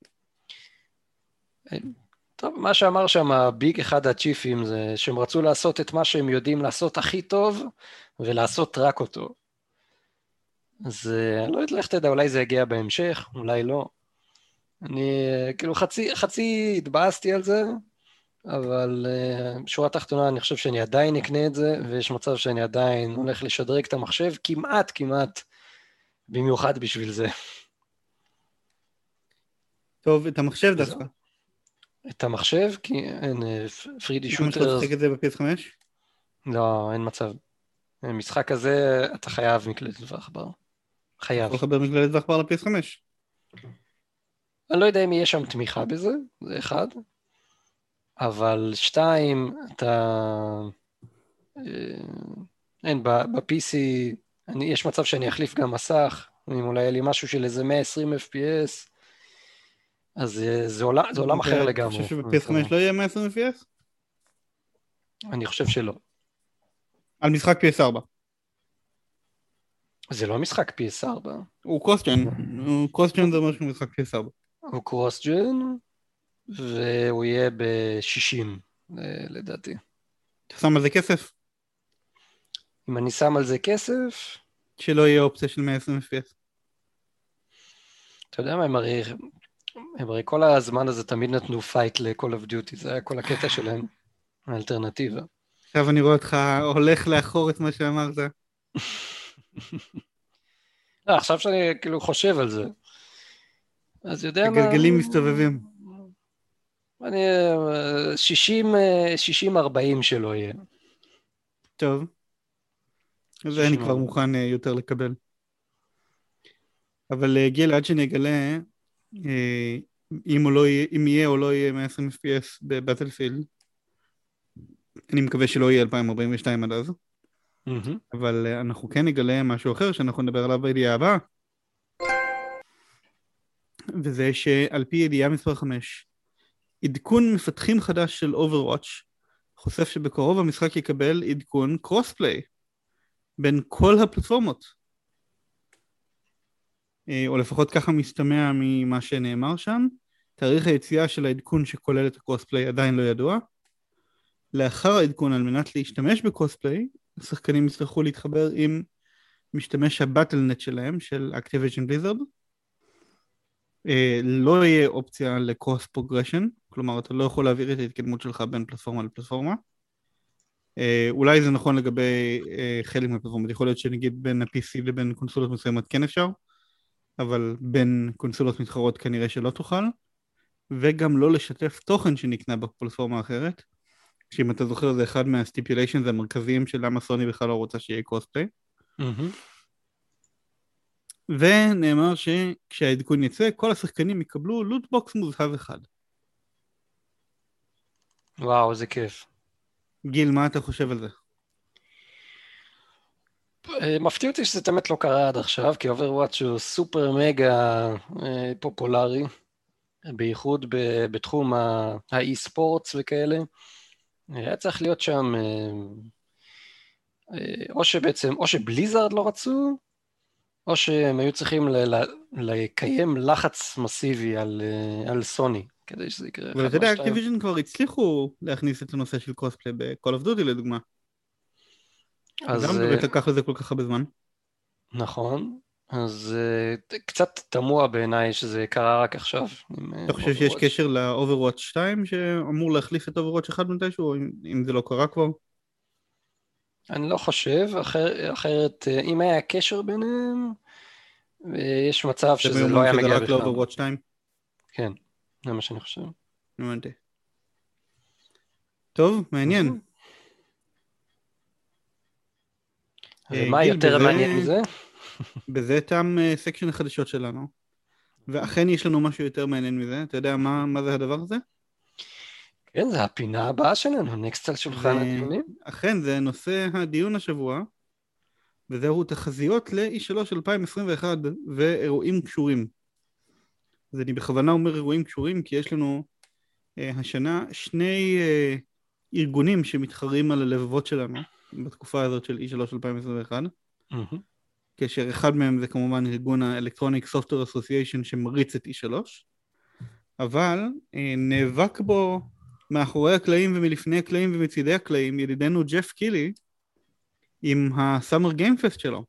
טוב, מה שאמר שם הביג אחד הצ'יפים, זה שהם רצו לעשות את מה שהם יודעים לעשות הכי טוב, ולעשות רק אותו. אז אני לא יודעת לך תדע, אולי זה יגיע בהמשך, אולי לא. אני כאילו חצי, חצי התבאסתי על זה, אבל בשורה התחתונה אני חושב שאני עדיין אקנה את זה, ויש מצב שאני עדיין הולך לשדרג את המחשב, כמעט, כמעט, במיוחד בשביל זה. טוב, את המחשב דווקא. את המחשב, כי אין פרידי שוטר. למה שלא תשחק את זה ב-פי אס חמש? לא, אין מצב. המשחק הזה, אתה חייב מקלדת ועכבר. חייב. יכול לחבר מקלדת ועכבר ל-פי אס חמש. אני לא יודע אם יהיה שם תמיכה בזה, זה אחד. אבל שתיים, אתה... אין, ב-פי סי, יש מצב שאני אחליף גם מסך, אם אולי יהיה לי משהו של איזה מאה ועשרים אף פי אס, אז זה עולם אחר לגמרי. אתה חושב שב-פי אס חמש לא יהיה מאה ועשרים אף פי אס? אני חושב שלא. על משחק פי אס ארבע. זה לא משחק פי אס ארבע. הוא קרוסג'ן. קרוסג'ן זה אומר שהוא משחק פי אס ארבע. הוא קרוסג'ן, והוא יהיה ב-שישים, לדעתי. אתה שם על זה כסף? אם אני שם על זה כסף... שלא יהיה אופציה של מאה ועשרים אף פי אס. אתה יודע מה, הם הרי... הם הרי כל הזמן הזה תמיד נתנו פייט ל-Call of Duty, זה היה כל הקטע שלהם, האלטרנטיבה. עכשיו אני רואה אותך הולך לאחור את מה שאמרת. לא, עכשיו שאני כאילו חושב על זה. אז יודע מה... הגלגלים מסתובבים. אני... שישים ארבעים שלו יהיה. טוב. אז אני כבר מוכן יותר לקבל. אבל גיל, עד שאני אגלה, אם, לא יהיה, אם יהיה או לא יהיה מאה ועשרים אף פי אס בבטלפילד, אני מקווה שלא יהיה אלפיים ארבעים ושתיים עד אז. Mm-hmm. אבל אנחנו כן נגלה משהו אחר שאנחנו נדבר עליו בידיעה הבאה. וזה שעל פי ידיעה מספר חמש, עדכון מפתחים חדש של Overwatch חושף שבקרוב המשחק יקבל עדכון קרוספליי בין כל הפלטפורמות. או לפחות ככה מסתמע ממה שנאמר שם. תאריך היציאה של העדכון שכולל את הקרוספליי עדיין לא ידוע. לאחר העדכון, על מנת להשתמש בקרוספליי, השחקנים יצטרכו להתחבר עם משתמש הבטלנט שלהם, של Activision Blizzard. לא יהיה אופציה לקרוס פרוגרשן, כלומר אתה לא יכול להעביר את ההתקדמות שלך בין פלטפורמה לפלטפורמה. אולי זה נכון לגבי חלק מהפלטפורמות, יכול להיות שנגיד בין ה-פי סי לבין קונסולות מסוימות כן אפשר, אבל בין קונסולות מתחרות כנראה שלא תוכל, וגם לא לשתף תוכן שנקנה בפלטפורמה האחרת, שאם אתה זוכר זה אחד מהסטיפוליישנס המרכזיים של למה סוני בכלל לא רוצה שיהיה קרוספליי. ונאמר שכשהעדכון יצא, כל השחקנים יקבלו לוטבוקס מוזהב אחד. וואו, זה כיף. גיל, מה אתה חושב על זה? מפתיע אותי שזה באמת לא קרה עד עכשיו, כי Overwatch הוא סופר מגה פופולרי, בייחוד בתחום האי-ספורטס וכאלה. היה צריך להיות שם, או שבעצם, או שבליזארד לא רצו, או שהם היו צריכים לקיים לחץ מסיבי על, על סוני, כדי שזה יקרה. ואתה יודע, Activision כבר הצליחו להכניס את הנושא של קרוספליי ב-Call of Duty לדוגמה. אז גם באמת לקח לזה כל כך הרבה זמן. נכון, אז קצת תמוה בעיניי שזה קרה רק עכשיו. אתה חושב שיש קשר ל-Overwatch שתיים שאמור להחליף את Overwatch אחד מתישהו, אם זה לא קרה כבר? אני לא חושב, אחר, אחרת אם היה קשר ביניהם, יש מצב שזה לא היה מגיע בכלל. זה רק ל-Overwatch שתיים? כן, זה מה שאני חושב. הבנתי. טוב, מעניין. ומה גיל, יותר בזה- מעניין מזה? בזה תם אה, סקשן החדשות שלנו, ואכן יש לנו משהו יותר מעניין מזה. אתה יודע מה מה זה הדבר הזה? כן, זה הפינה הבאה שלנו, נקסט על שולחן הדיונים. ואכן זה נושא הדיון השבוע, וזהו תחזיות ל-אי שלוש אלפיים עשרים ואחת ואירועים קשורים. אז אני בכוונה אומר אירועים קשורים, כי יש לנו אה, השנה שני אה, ארגונים שמתחרים על הלבבות שלנו בתקופה הזאת של אי שלוש אלפיים עשרים ואחת, מהמם. כאשר אחד מהם זה כמובן ארגון ה-Electronic Software Association שמריץ את אי שלוש, אבל אה, נאבק בו מאחורי הקלעים ומלפני הקלעים ומצידי הקלעים ידידנו ג'ף קילי עם ה-Summer Game Fest שלו.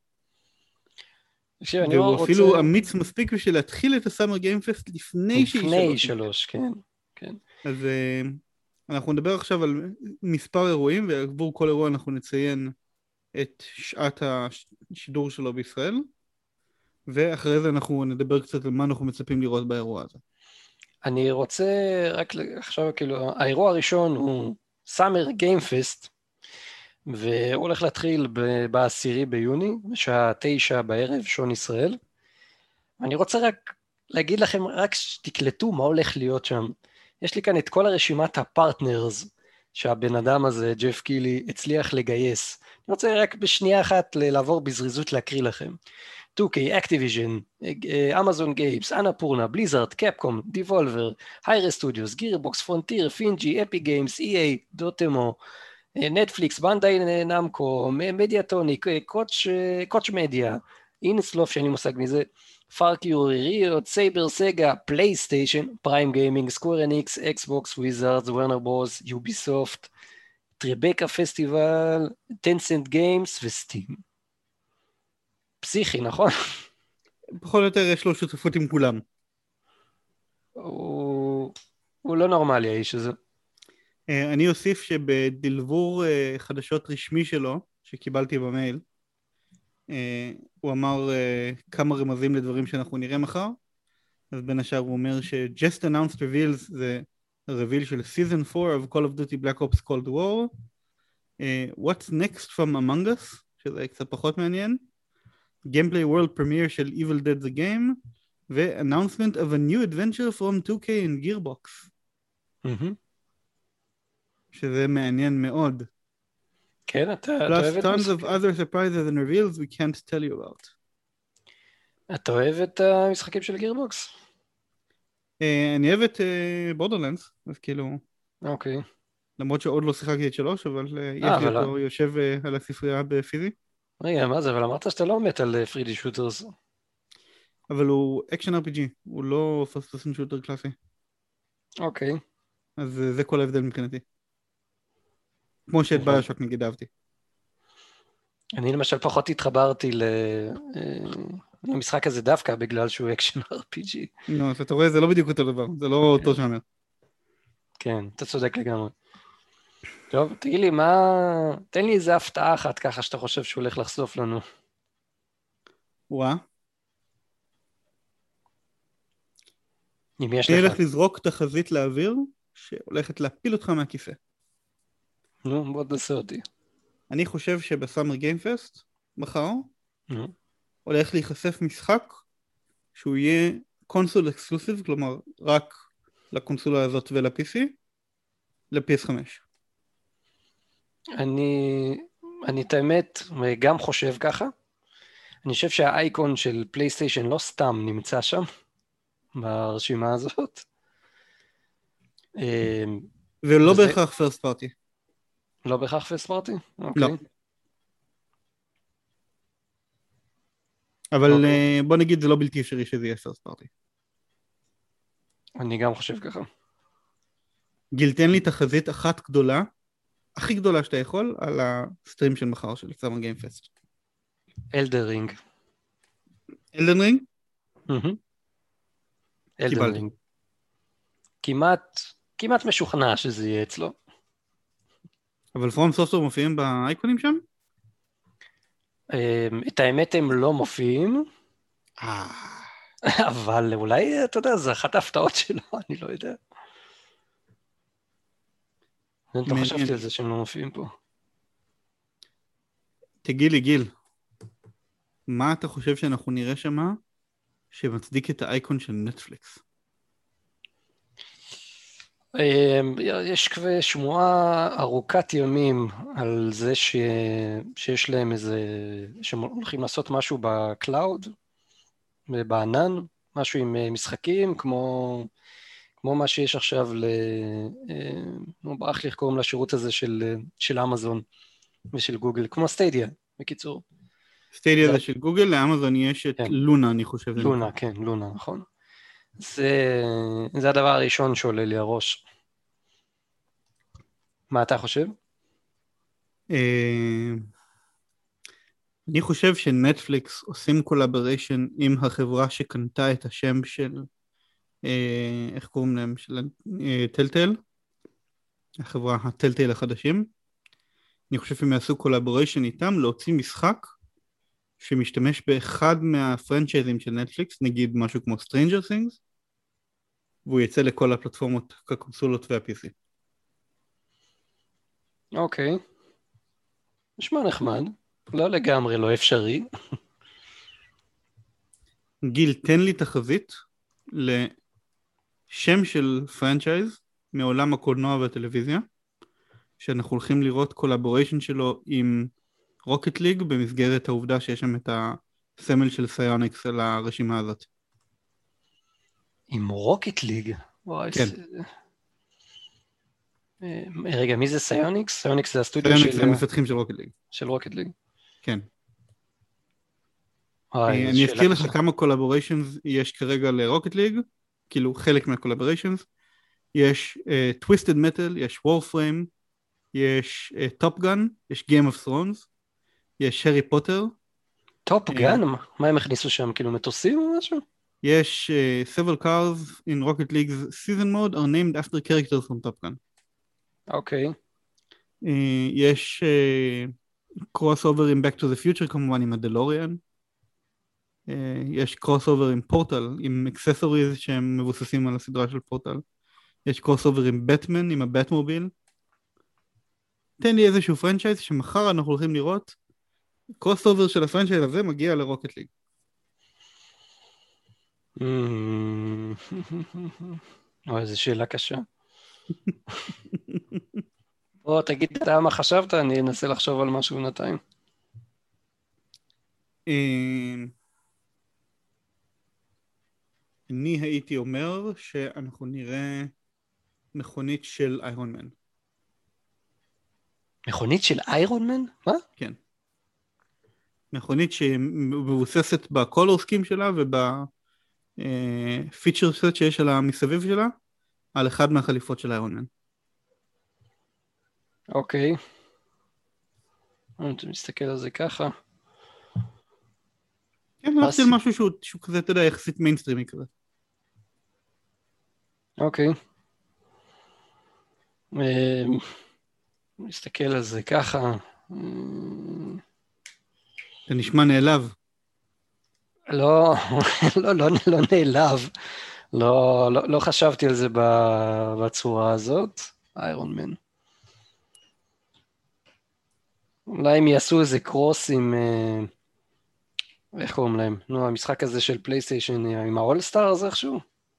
תקשיב, אני והוא רוצה... אפילו אמיץ מספיק בשביל להתחיל את ה-Summer Game Fest לפני שהיא לפני שלוש. שלוש, כן, כן. אז uh, אנחנו נדבר עכשיו על מספר אירועים, ועבור כל אירוע אנחנו נציין את שעת השידור שלו בישראל, ואחרי זה אנחנו נדבר קצת על מה אנחנו מצפים לראות באירוע הזה. אני רוצה רק עכשיו, כאילו, האירוע הראשון הוא Summer Game Fest, והוא הולך להתחיל ב- בעשירי ביוני, בשעה תשע בערב, שעון ישראל. אני רוצה רק להגיד לכם, רק שתקלטו מה הולך להיות שם. יש לי כאן את כל הרשימת הפרטנרס, שהבן אדם הזה, ג'ף קילי, הצליח לגייס. אני רוצה רק בשנייה אחת לעבור בזריזות להקריא לכם. טו קיי, Activision, אמזון גיימס, אנפורנה, בליזארד, קפקום, דיבולבר, היירה סטודיוס, גירבוקס, פרונטיר, פינג'י, אפי גיימס, אי איי, דוטמו, נטפליקס, בנדאי נמקו, מדיאטוניק, קוטש, קוטש מדיה, אינסלוף, שאני מושג מזה, פארקיורי, ריוט, סייבר, סגה, פלייסטיישן, פריים גיימינג, סקוור אניקס, אקסבוקס, וויזארדס, וורנר ברוס, יוביסופט, טריבקה פסטיבל, טנסנט גיימס וסטים. פסיכי, נכון? בכל יותר יש לו שותפות עם כולם. הוא, הוא לא נורמלי האיש הזה. Uh, אני אוסיף שבדלבור uh, חדשות רשמי שלו, שקיבלתי במייל, uh, הוא אמר uh, כמה רמזים לדברים שאנחנו נראה מחר. אז בין השאר הוא אומר ש-Just Announced Reveals זה הרביל של Season four of Call of Duty Black Ops Cold War, uh, What's Next from Among Us, שזה קצת פחות מעניין, Gameplay World Premiere של Evil Dead the Game, ו-Announcement of a New Adventure from טו קיי and Gearbox, Mm-hmm. שזה מעניין מאוד. כן, אתה, אתה Plus אוהב את tons משחק... of other surprises and reveals we can't tell you about. אתה אוהב את המשחקים של גירבוקס? Uh, אני אוהב את בורדרלנדס, uh, אז כאילו, אוקיי. למרות שעוד לא שיחקתי את שלוש, אבל uh, יש אה, לי אבל... אותו יושב uh, על הספרייה בפיזי. רגע, מה זה? אבל אמרת שאתה לא מת על פרידי שוטרס. אבל הוא אקשן אר פי ג'י, הוא לא פרסט פרסן שוטר קלאסי. אוקיי. אז uh, זה כל ההבדל מבחינתי. כמו שאת ביושוק נגיד אהבתי. אני למשל פחות התחברתי ל... למשחק הזה דווקא בגלל שהוא אקשן אר פי ג'י. נו, אז אתה רואה, זה לא בדיוק אותו דבר, זה לא אותו ז'אנר. כן, אתה צודק לגמרי. טוב, תגיד לי, מה... תן לי איזה הפתעה אחת ככה שאתה חושב שהוא הולך לחשוף לנו. וואה. אם יש אני לך. הולך לזרוק תחזית לאוויר, שהולכת להפיל אותך מהכיסא. נו, בוא תנסה אותי. אני חושב שבסאמר גיימפסט, מחר, נו. הולך להיחשף משחק שהוא יהיה קונסול אקסקלוסיב, כלומר רק לקונסולה הזאת ול-פי סי, ל-פי אס חמש. אני, אני את האמת גם חושב ככה. אני חושב שהאייקון של פלייסטיישן לא סתם נמצא שם, ברשימה הזאת. ולא וזה... בהכרח פרסט פארטי. לא בהכרח פרסט פארטי? לא. אבל אוקיי. בוא נגיד זה לא בלתי אפשרי שזה יהיה פרסט פארטי. אני גם חושב ככה. גיל, תן לי תחזית אחת גדולה, הכי גדולה שאתה יכול, על הסטרים של מחר של סאמר גיים פסט. אלדר רינג. אלדן רינג? אלדן רינג. כמעט, כמעט משוכנע שזה יהיה אצלו. אבל פרום סופטוור מופיעים באייקונים שם? את האמת הם לא מופיעים, אבל אולי, אתה יודע, זה אחת ההפתעות שלו, אני לא יודע. אני לא חשבתי על זה שהם לא מופיעים פה. תגיד לי, גיל, מה אתה חושב שאנחנו נראה שמה שמצדיק את האייקון של נטפליקס? יש כבר שמועה ארוכת ימים על זה ש... שיש להם איזה, שהם הולכים לעשות משהו בקלאוד, בענן, משהו עם משחקים, כמו, כמו מה שיש עכשיו, ל... נו, ברח לי איך קוראים לשירות הזה של, של אמזון ושל גוגל, כמו סטדיה, בקיצור. סטדיה זה... זה של גוגל, לאמזון יש את כן. לונה, אני חושב. לונה, כן, לונה, נכון. זה, זה הדבר הראשון שעולה לי הראש. מה אתה חושב? אני חושב שנטפליקס עושים קולאבריישן עם החברה שקנתה את השם של, איך קוראים להם? של טלטל, החברה הטלטל החדשים. אני חושב שהם יעשו קולאבריישן איתם להוציא משחק שמשתמש באחד מהפרנצ'ייזים של נטפליקס, נגיד משהו כמו Stranger Things, והוא יצא לכל הפלטפורמות, הקונסולות וה-פי סי. אוקיי. נשמע נחמד. לא לגמרי לא אפשרי. גיל, תן לי תחזית לשם של פרנצ'ייז מעולם הקולנוע והטלוויזיה, שאנחנו הולכים לראות קולאבוריישן שלו עם רוקט ליג, במסגרת העובדה שיש שם את הסמל של סיוניקס על הרשימה הזאת. עם רוקט ליג? וואי, כן. ס... רגע, מי זה סיוניקס? סיוניקס זה הסטודיו של... סיוניקס זה המפתחים של רוקט ליג. של רוקט ליג. כן. וואי, אני אזכיר לך כמה קולאבוריישנס יש כרגע לרוקט ליג, כאילו חלק מהקולאבוריישנס. יש טוויסטד מטל, יש וורפריים, יש טופ גן, יש Game of Thrones, יש הארי פוטר. טופ גן? מה הם הכניסו שם? כאילו מטוסים או משהו? יש uh, several cars in Rocket League's season mode are named after characters from Top Gun. אוקיי. Okay. Uh, יש uh, crossover עם Back to the Future כמובן עם הדלוריאן. Uh, יש crossover עם פורטל, עם accessories שהם מבוססים על הסדרה של פורטל. יש crossover עם בטמן, עם הבטמוביל. תן לי איזשהו פרנצ'ייז שמחר אנחנו הולכים לראות crossover של הפרנצ'ייז הזה מגיע לרוקט ליג. אוי, איזו שאלה קשה. בוא, תגיד אתה מה חשבת, אני אנסה לחשוב על משהו בינתיים. אני הייתי אומר שאנחנו נראה מכונית של איירון מן. מכונית של איירון מן? מה? כן. מכונית שמבוססת בקולור סקים שלה ובפיצ'ר סט שיש עליה מסביב שלה, על אחד מהחליפות של איירון מן. אוקיי. אני מסתכל על זה ככה. כן, הלכתי על משהו שהוא, שהוא כזה, אתה יודע, יחסית מיינסטרימי כזה. אוקיי. מסתכל על זה ככה. אתה נשמע נעלב. לא, לא, לא, לא נעלב. לא, לא, לא חשבתי על זה בצורה הזאת. איירון מן. אולי הם יעשו איזה קרוס עם... איך קוראים להם? נו, המשחק הזה של פלייסטיישן עם האול-סטארס איכשהו?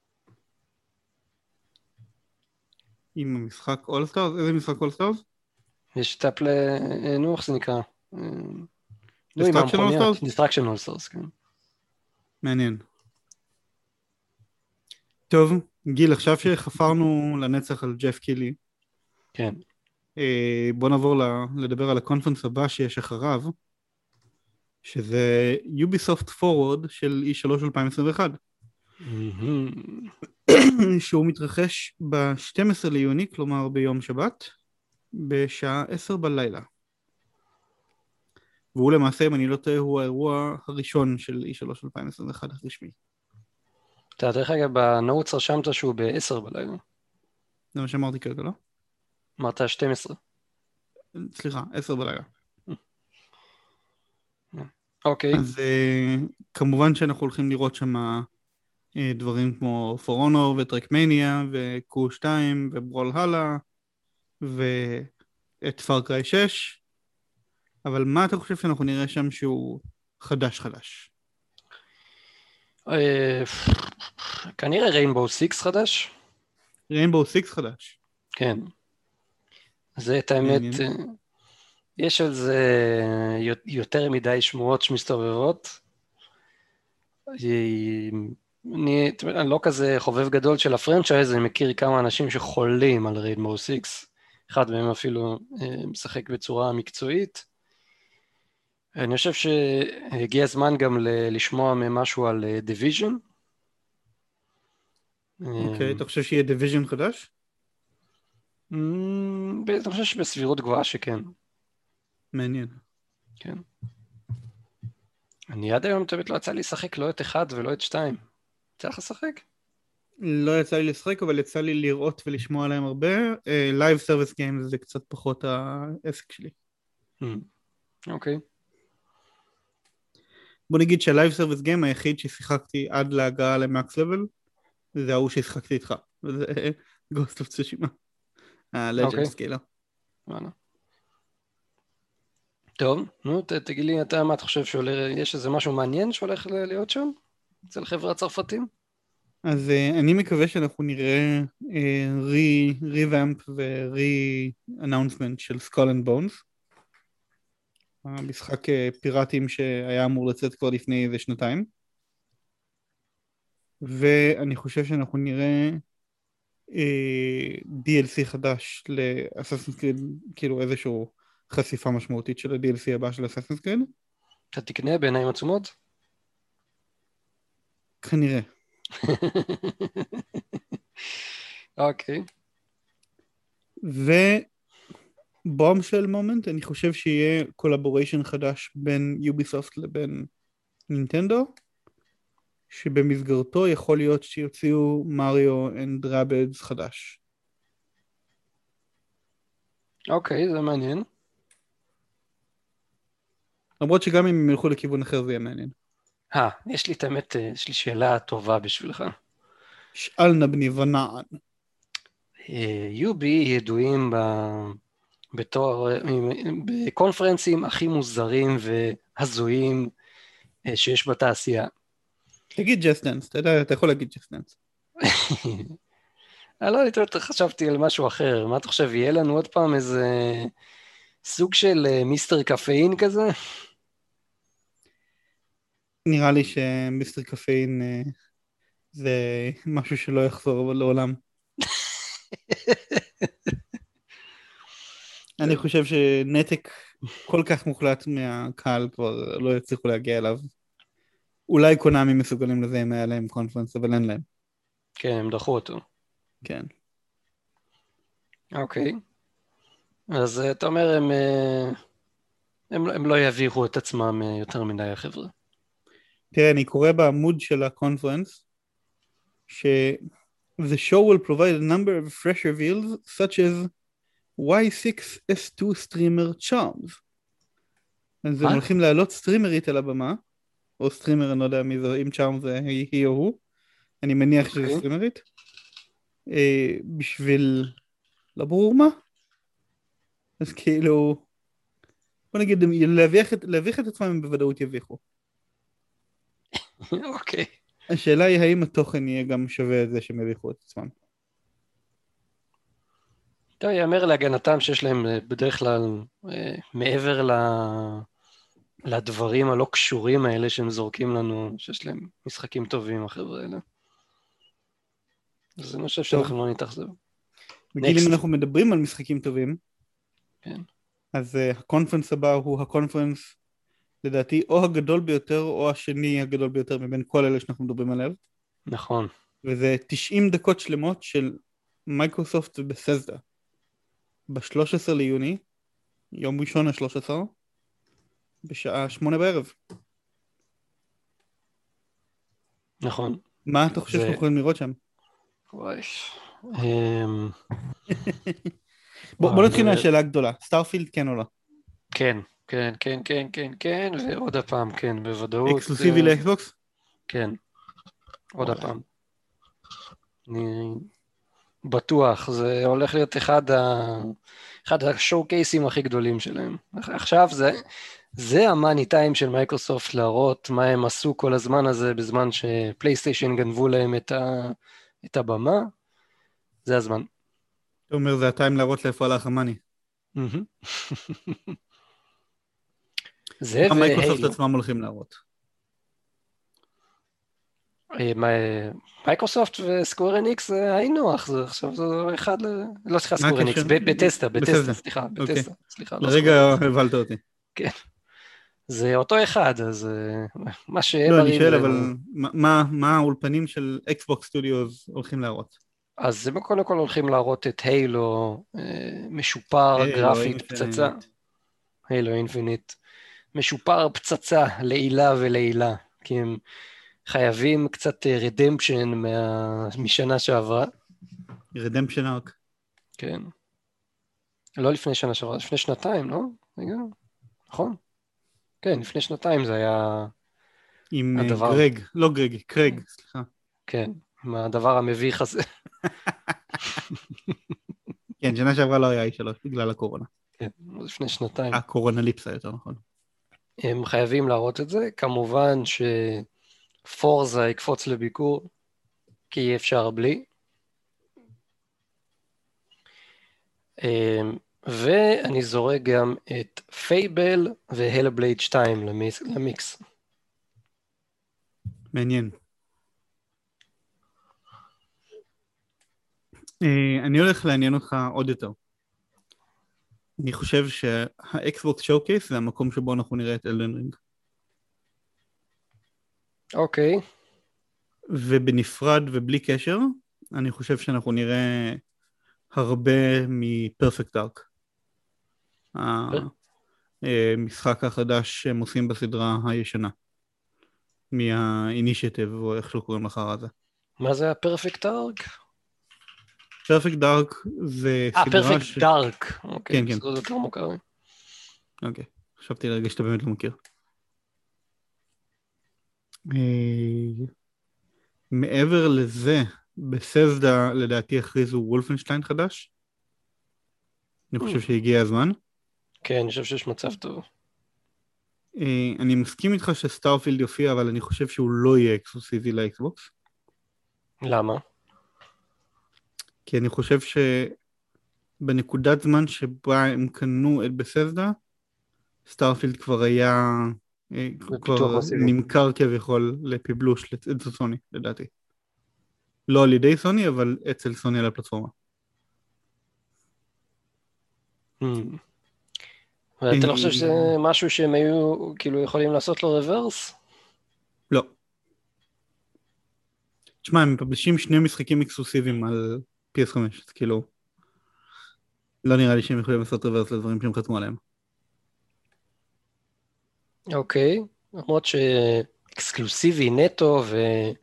עם המשחק אול-סטארס? איזה משחק אול-סטארס? יש את הפלי... נו, איך זה נקרא? דיסטרקשן אול-סטארס? דיסטרקשן אול-סטארס, כן. מעניין. טוב, גיל, עכשיו שחפרנו לנצח על ג'ף קילי, כן. בוא נעבור לדבר על הקונפרנס הבא שיש אחריו, שזה Ubisoft Forward של אי שלוש אלפיים עשרים ואחת. שהוא מתרחש ב-שנים עשר ליוני, כלומר ביום שבת, בשעה עשר בלילה. והוא למעשה, אם אני לא טועה, הוא האירוע הראשון של אי שלוש אלפיים עשרים ואחת הרשמי. אתה דרך אגב, בנוטס רשמת שהוא ב-עשר בלילה. זה מה שאמרתי כרגע, לא? אמרת שתים עשרה. סליחה, עשר בלילה. אוקיי. אז כמובן שאנחנו הולכים לראות שם דברים כמו For Honor וטרקמניה ו-קו שתיים וברול הלה ואת Far Cry שש, אבל מה אתה חושב שאנחנו נראה שם שהוא חדש חדש? אה, כנראה ריינבואו סיקס חדש. ריינבואו סיקס חדש. כן. זה את האמת, מעניין. אה, יש על זה יותר מדי שמועות שמסתובבות. אה, אני, אני לא כזה חובב גדול של הפרנצ'ייז, אני מכיר כמה אנשים שחולים על ריינבואו סיקס. אחד מהם אפילו אה, משחק בצורה מקצועית. אני חושב שהגיע הזמן גם ל- לשמוע ממשהו על דיוויז'ן. אוקיי, אתה חושב שיהיה דיוויז'ן חדש? אני חושב שבסבירות גבוהה שכן. מעניין. כן. אני עד היום תמיד לא יצא לי לשחק לא את אחד ולא את שתיים. יצא לך לשחק? לא יצא לי לשחק, אבל יצא לי לראות ולשמוע עליהם הרבה. לייב סרוויס גיים זה קצת פחות העסק שלי. אוקיי. בוא נגיד שהלייב סרוויס גיים היחיד ששיחקתי עד להגעה למקס לבל, זה ההוא ששיחקתי איתך. וזה גוסט אוף צושימה. הלג'נד סקיילר. טוב, נו, תגיד לי, אתה מה אתה חושב שיש איזה משהו מעניין שהולך להיות שם? אצל חברה צרפתים? אז uh, אני מקווה שאנחנו נראה רי-ואמפ ו-רי-אנאונסמנט של סקול אנד בונס. המשחק uh, פיראטים שהיה אמור לצאת כבר לפני איזה שנתיים. ואני חושב שאנחנו נראה uh, די אל סי חדש לאסאסינס קריד, כאילו איזשהו חשיפה משמעותית של ה-די אל סי הבא של אסאסינס קריד. אתה תקנה בעיניים עצומות? כנראה. אוקיי. ובוmbshell מומנט, אני חושב שיהיה קולבוריישן חדש בין יוביסופט לבין נינטנדו, שבמסגרתו יכול להיות שיוציאו מריו אנד רבידס חדש. אוקיי, זה מעניין. למרות שגם אם הם ילכו לכיוון אחר זה יהיה מעניין. אה, יש לי את האמת, יש לי שאלה טובה בשבילך. שאל נא בני ונען. יובי ידועים ב... בתור, בקונפרנסים הכי מוזרים והזויים שיש בתעשייה. תגיד Just Dance, אתה יודע, אתה יכול להגיד Just Dance. אני לא יודעת, חשבתי על משהו אחר. מה אתה חושב, יהיה לנו עוד פעם איזה סוג של מיסטר קפאין כזה? נראה לי שמיסטר קפאין זה משהו שלא יחזור לעולם. אני חושב שנתק כל כך מוחלט מהקהל כבר לא יצליחו להגיע אליו. אולי קונאמי מסוגלים לזה אם היה להם קונפרנס, אבל אין להם. כן, הם דחו אותו. כן. אוקיי. אז אתה אומר, הם, הם, הם לא יביאו את עצמם יותר מדי החבר'ה. תראה, אני קורא בעמוד של הקונפרנס, ש- The show will provide a number of fresh reveals, such as וואי סיקס אס טו streamer Charms. אז הם הולכים לעלות סטרימרית על הבמה, או סטרימר, אני לא יודע מי זה, אם Charms זה היא או הוא, אני מניח שזה סטרימרית, בשביל, לא ברור מה, אז כאילו, בוא נגיד, להביך את עצמם הם בוודאות יביכו. אוקיי. השאלה היא האם התוכן יהיה גם שווה את זה שהם יביכו את עצמם. טוב, יאמר להגנתם שיש להם בדרך כלל מעבר ל... לדברים הלא קשורים האלה שהם זורקים לנו, שיש להם משחקים טובים החבר'ה האלה. אז אני חושב שאנחנו לא נתאכזב. בגיל אם אנחנו מדברים על משחקים טובים, כן. אז uh, הקונפרנס הבא הוא הקונפרנס לדעתי או הגדול ביותר או השני הגדול ביותר מבין כל אלה שאנחנו מדברים עליו. נכון. וזה תשעים דקות שלמות של מייקרוסופט ובת'סדה. ב-שלושה עשר ליוני, יום ראשון ה-שלושה עשר, בשעה שמונה בערב. נכון. מה אתה חושב שאנחנו יכולים לראות שם? וואי. בוא נתחיל מהשאלה הגדולה, סטארפילד כן או לא? כן, כן, כן, כן, כן, כן, ועוד הפעם, כן, בוודאות. אקסקלוסיבי לאקסבוקס? כן, עוד הפעם. אני בטוח, זה הולך להיות אחד ה... אחד השואו-קייסים הכי גדולים שלהם. עכשיו זה, זה המאני טיים של מייקרוסופט להראות מה הם עשו כל הזמן הזה בזמן שפלייסטיישן גנבו להם את, ה... את הבמה. זה הזמן. אתה אומר, זה הטיים להראות לאיפה הלך המאני. זה מה מייקרוסופט והיילו. עצמם הולכים להראות? מייקרוסופט וסקוור אניקס זה היינו אח, זה עכשיו זה אחד ל... לא סליחה מה סקוור אניקס, הקשר? בטסטה, בטסטה, בסדר. סליחה, אוקיי. בטסטה, סליחה, לא לרגע סקוור אניקס. הבלת אותי. כן. זה אותו אחד, אז מה שהם לא, אני מראים שואל, זה... אבל מה, מה האולפנים של אקסבוקס סטודיוס הולכים להראות? אז הם קודם כל הולכים להראות את הילו משופר הילו גרפית פצצה. אינפיניט. הילו אינפיניט. משופר פצצה לעילה ולעילה, כי הם חייבים קצת רדמפשן מה... משנה שעברה. רדמפשן ארק. כן. לא לפני שנה שעברה, לפני שנתיים, לא? רגע, נכון? כן, לפני שנתיים זה היה עם הדבר... גרג, לא גרג, קרג, סליחה. כן, עם הדבר המביך הזה. כן, שנה שעברה לא היה אי שלוש בגלל הקורונה. כן, לפני שנתיים. הקורונה ליפסה יותר נכון. הם חייבים להראות את זה, כמובן שפורזה יקפוץ לביקור, כי אי אפשר בלי. ואני זורק גם את פייבל והלבלייד שתיים למיקס. מעניין. אני הולך לעניין אותך עוד יותר. אני חושב שהאקסבוקס שואו-קייס זה המקום שבו אנחנו נראה את אלדן רינג. אוקיי. ובנפרד ובלי קשר, אני חושב שאנחנו נראה הרבה מפרפקט דארק. המשחק החדש שהם עושים בסדרה הישנה. מהאינישייטיב, או איך שלא קוראים לחר הזה. מה זה הפרפקט דארק? פרפקט דארק זה אה, סדרה פרפקט ש... דארק. אוקיי, כן, כן. זה יותר מוכר. אוקיי, חשבתי להרגיש שאתה באמת לא מכיר. מעבר לזה, בסזדה לדעתי הכריזו וולפנשטיין חדש. אני חושב שהגיע הזמן. כן, אני חושב שיש מצב טוב. אני מסכים איתך שסטארפילד יופיע, אבל אני חושב שהוא לא יהיה אקסקלוסיבי לאקסבוקס. למה? כי אני חושב שבנקודת זמן שבה הם קנו את בסזדה, סטארפילד כבר היה, הוא כבר נמכר כביכול לפיבלוש אצל סוני, לדעתי. לא על ידי סוני, אבל אצל סוני על הפלטפורמה. ואתה לא חושב שזה משהו שהם היו כאילו יכולים לעשות לו רוורס? לא. תשמע, הם מפבלישים שני משחקים אקסקלוסיביים על פי אס חמש, אז כאילו, לא נראה לי שהם יכולים לעשות רוורס לדברים שהם חתמו עליהם. אוקיי, למרות שאקסקלוסיבי נטו ו...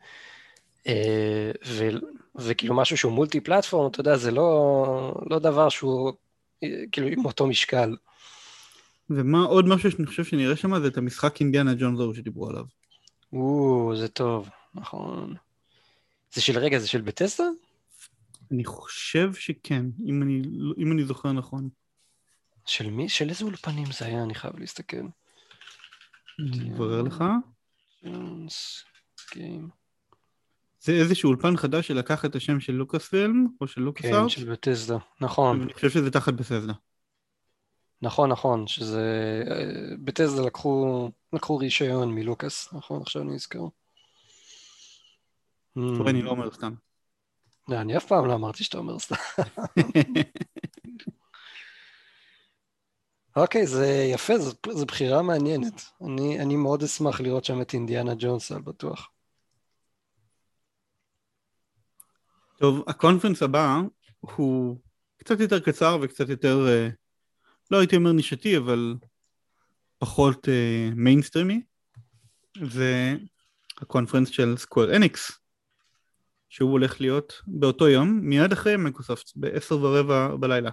ו... וכאילו משהו שהוא מולטי פלטפורם, אתה יודע, זה לא, לא דבר שהוא כאילו עם אותו משקל. ומה עוד משהו שאני חושב שנראה שם, זה את המשחק אינדיאנה ג'ונס ההוא שדיברו עליו. או, זה טוב, נכון. זה של רגע, זה של בטסדה? אני חושב שכן, אם אני, אם אני זוכר נכון. של מי? של איזה אולפנים זה היה? אני חייב להסתכל. אני אברר לך. ג'ונס, גיים. זה איזשהו אולפן חדש שלקח את השם של לוקאס פילם, או של לוקאס ארט. כן, של בטסדה, נכון. אני חושב שזה תחת בסזדה. נכון, נכון, שזה... בטסדה לקחו, לקחו רישיון מלוקאס, נכון, עכשיו אני אזכר. טוב, אני לא אומר סתם. לא, אני אף פעם לא אמרתי שאתה אומר סתם. אוקיי, זה יפה, זו בחירה מעניינת. אני, אני מאוד אשמח לראות שם את אינדיאנה ג'ונס, על בטוח. טוב, הקונפרנס הבא הוא קצת יותר קצר וקצת יותר, לא הייתי אומר נישתי, אבל פחות מיינסטרימי. זה הקונפרנס של סקוואר אניקס, שהוא הולך להיות באותו יום, מיד אחרי מייקרוסופט, בעשר ורבע בלילה.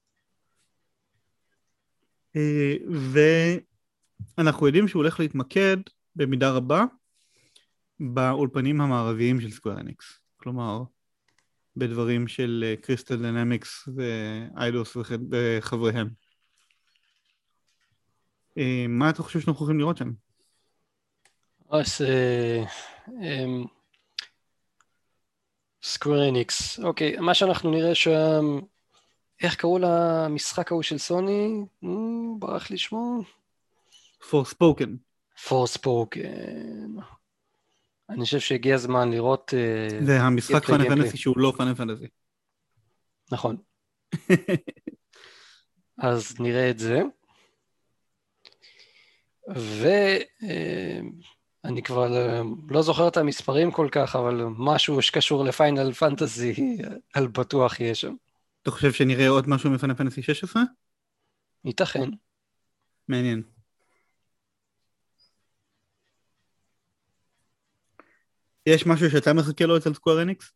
ואנחנו יודעים שהוא הולך להתמקד במידה רבה באולפנים המערביים של סקוואר אניקס. כלומר, בדברים של קריסטל דינמיקס ואיידוס וחבריהם. אה, מה אתה חושב שאנחנו יכולים לראות שם? אז סקוור אניקס, אוקיי, מה שאנחנו נראה שם, איך קראו למשחק ההוא של סוני? אמ, ברח לי שמו. Forspoken. פורספוקן. אני חושב שהגיע הזמן לראות זה המשחק גיימפליי פאנל גיימפליי. פנטסי שהוא לא פאנל פנטסי. נכון. אז נראה את זה. ואני כבר לא זוכר את המספרים כל כך, אבל משהו שקשור לפיינל פנטסי על בטוח יהיה שם. אתה חושב שנראה עוד משהו מפאנל פנטסי שש עשרה? ייתכן. מעניין. יש משהו שאתה מחכה לו אצל סקוואר אניקס?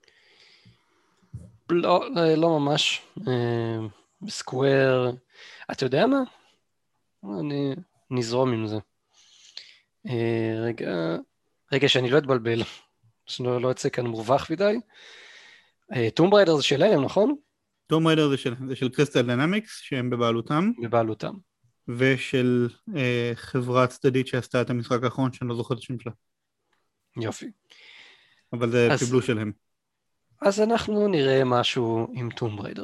לא, לא ממש. סקוואר, אתה יודע מה? אני נזרום עם זה. רגע, רגע שאני לא אתבלבל, שלא לא יצא כאן מורווח מדי. טום בריידר זה שלהם, נכון? טום ריידר זה של, זה של קריסטל דינמיקס, שהם בבעלותם, בבעלותם. ושל אה, חברה צדדית שעשתה את המשחק האחרון, שאני לא זוכר את השם שלה. יופי. אבל זה אז, פיבלו שלהם. אז אנחנו נראה משהו עם טום בריידר.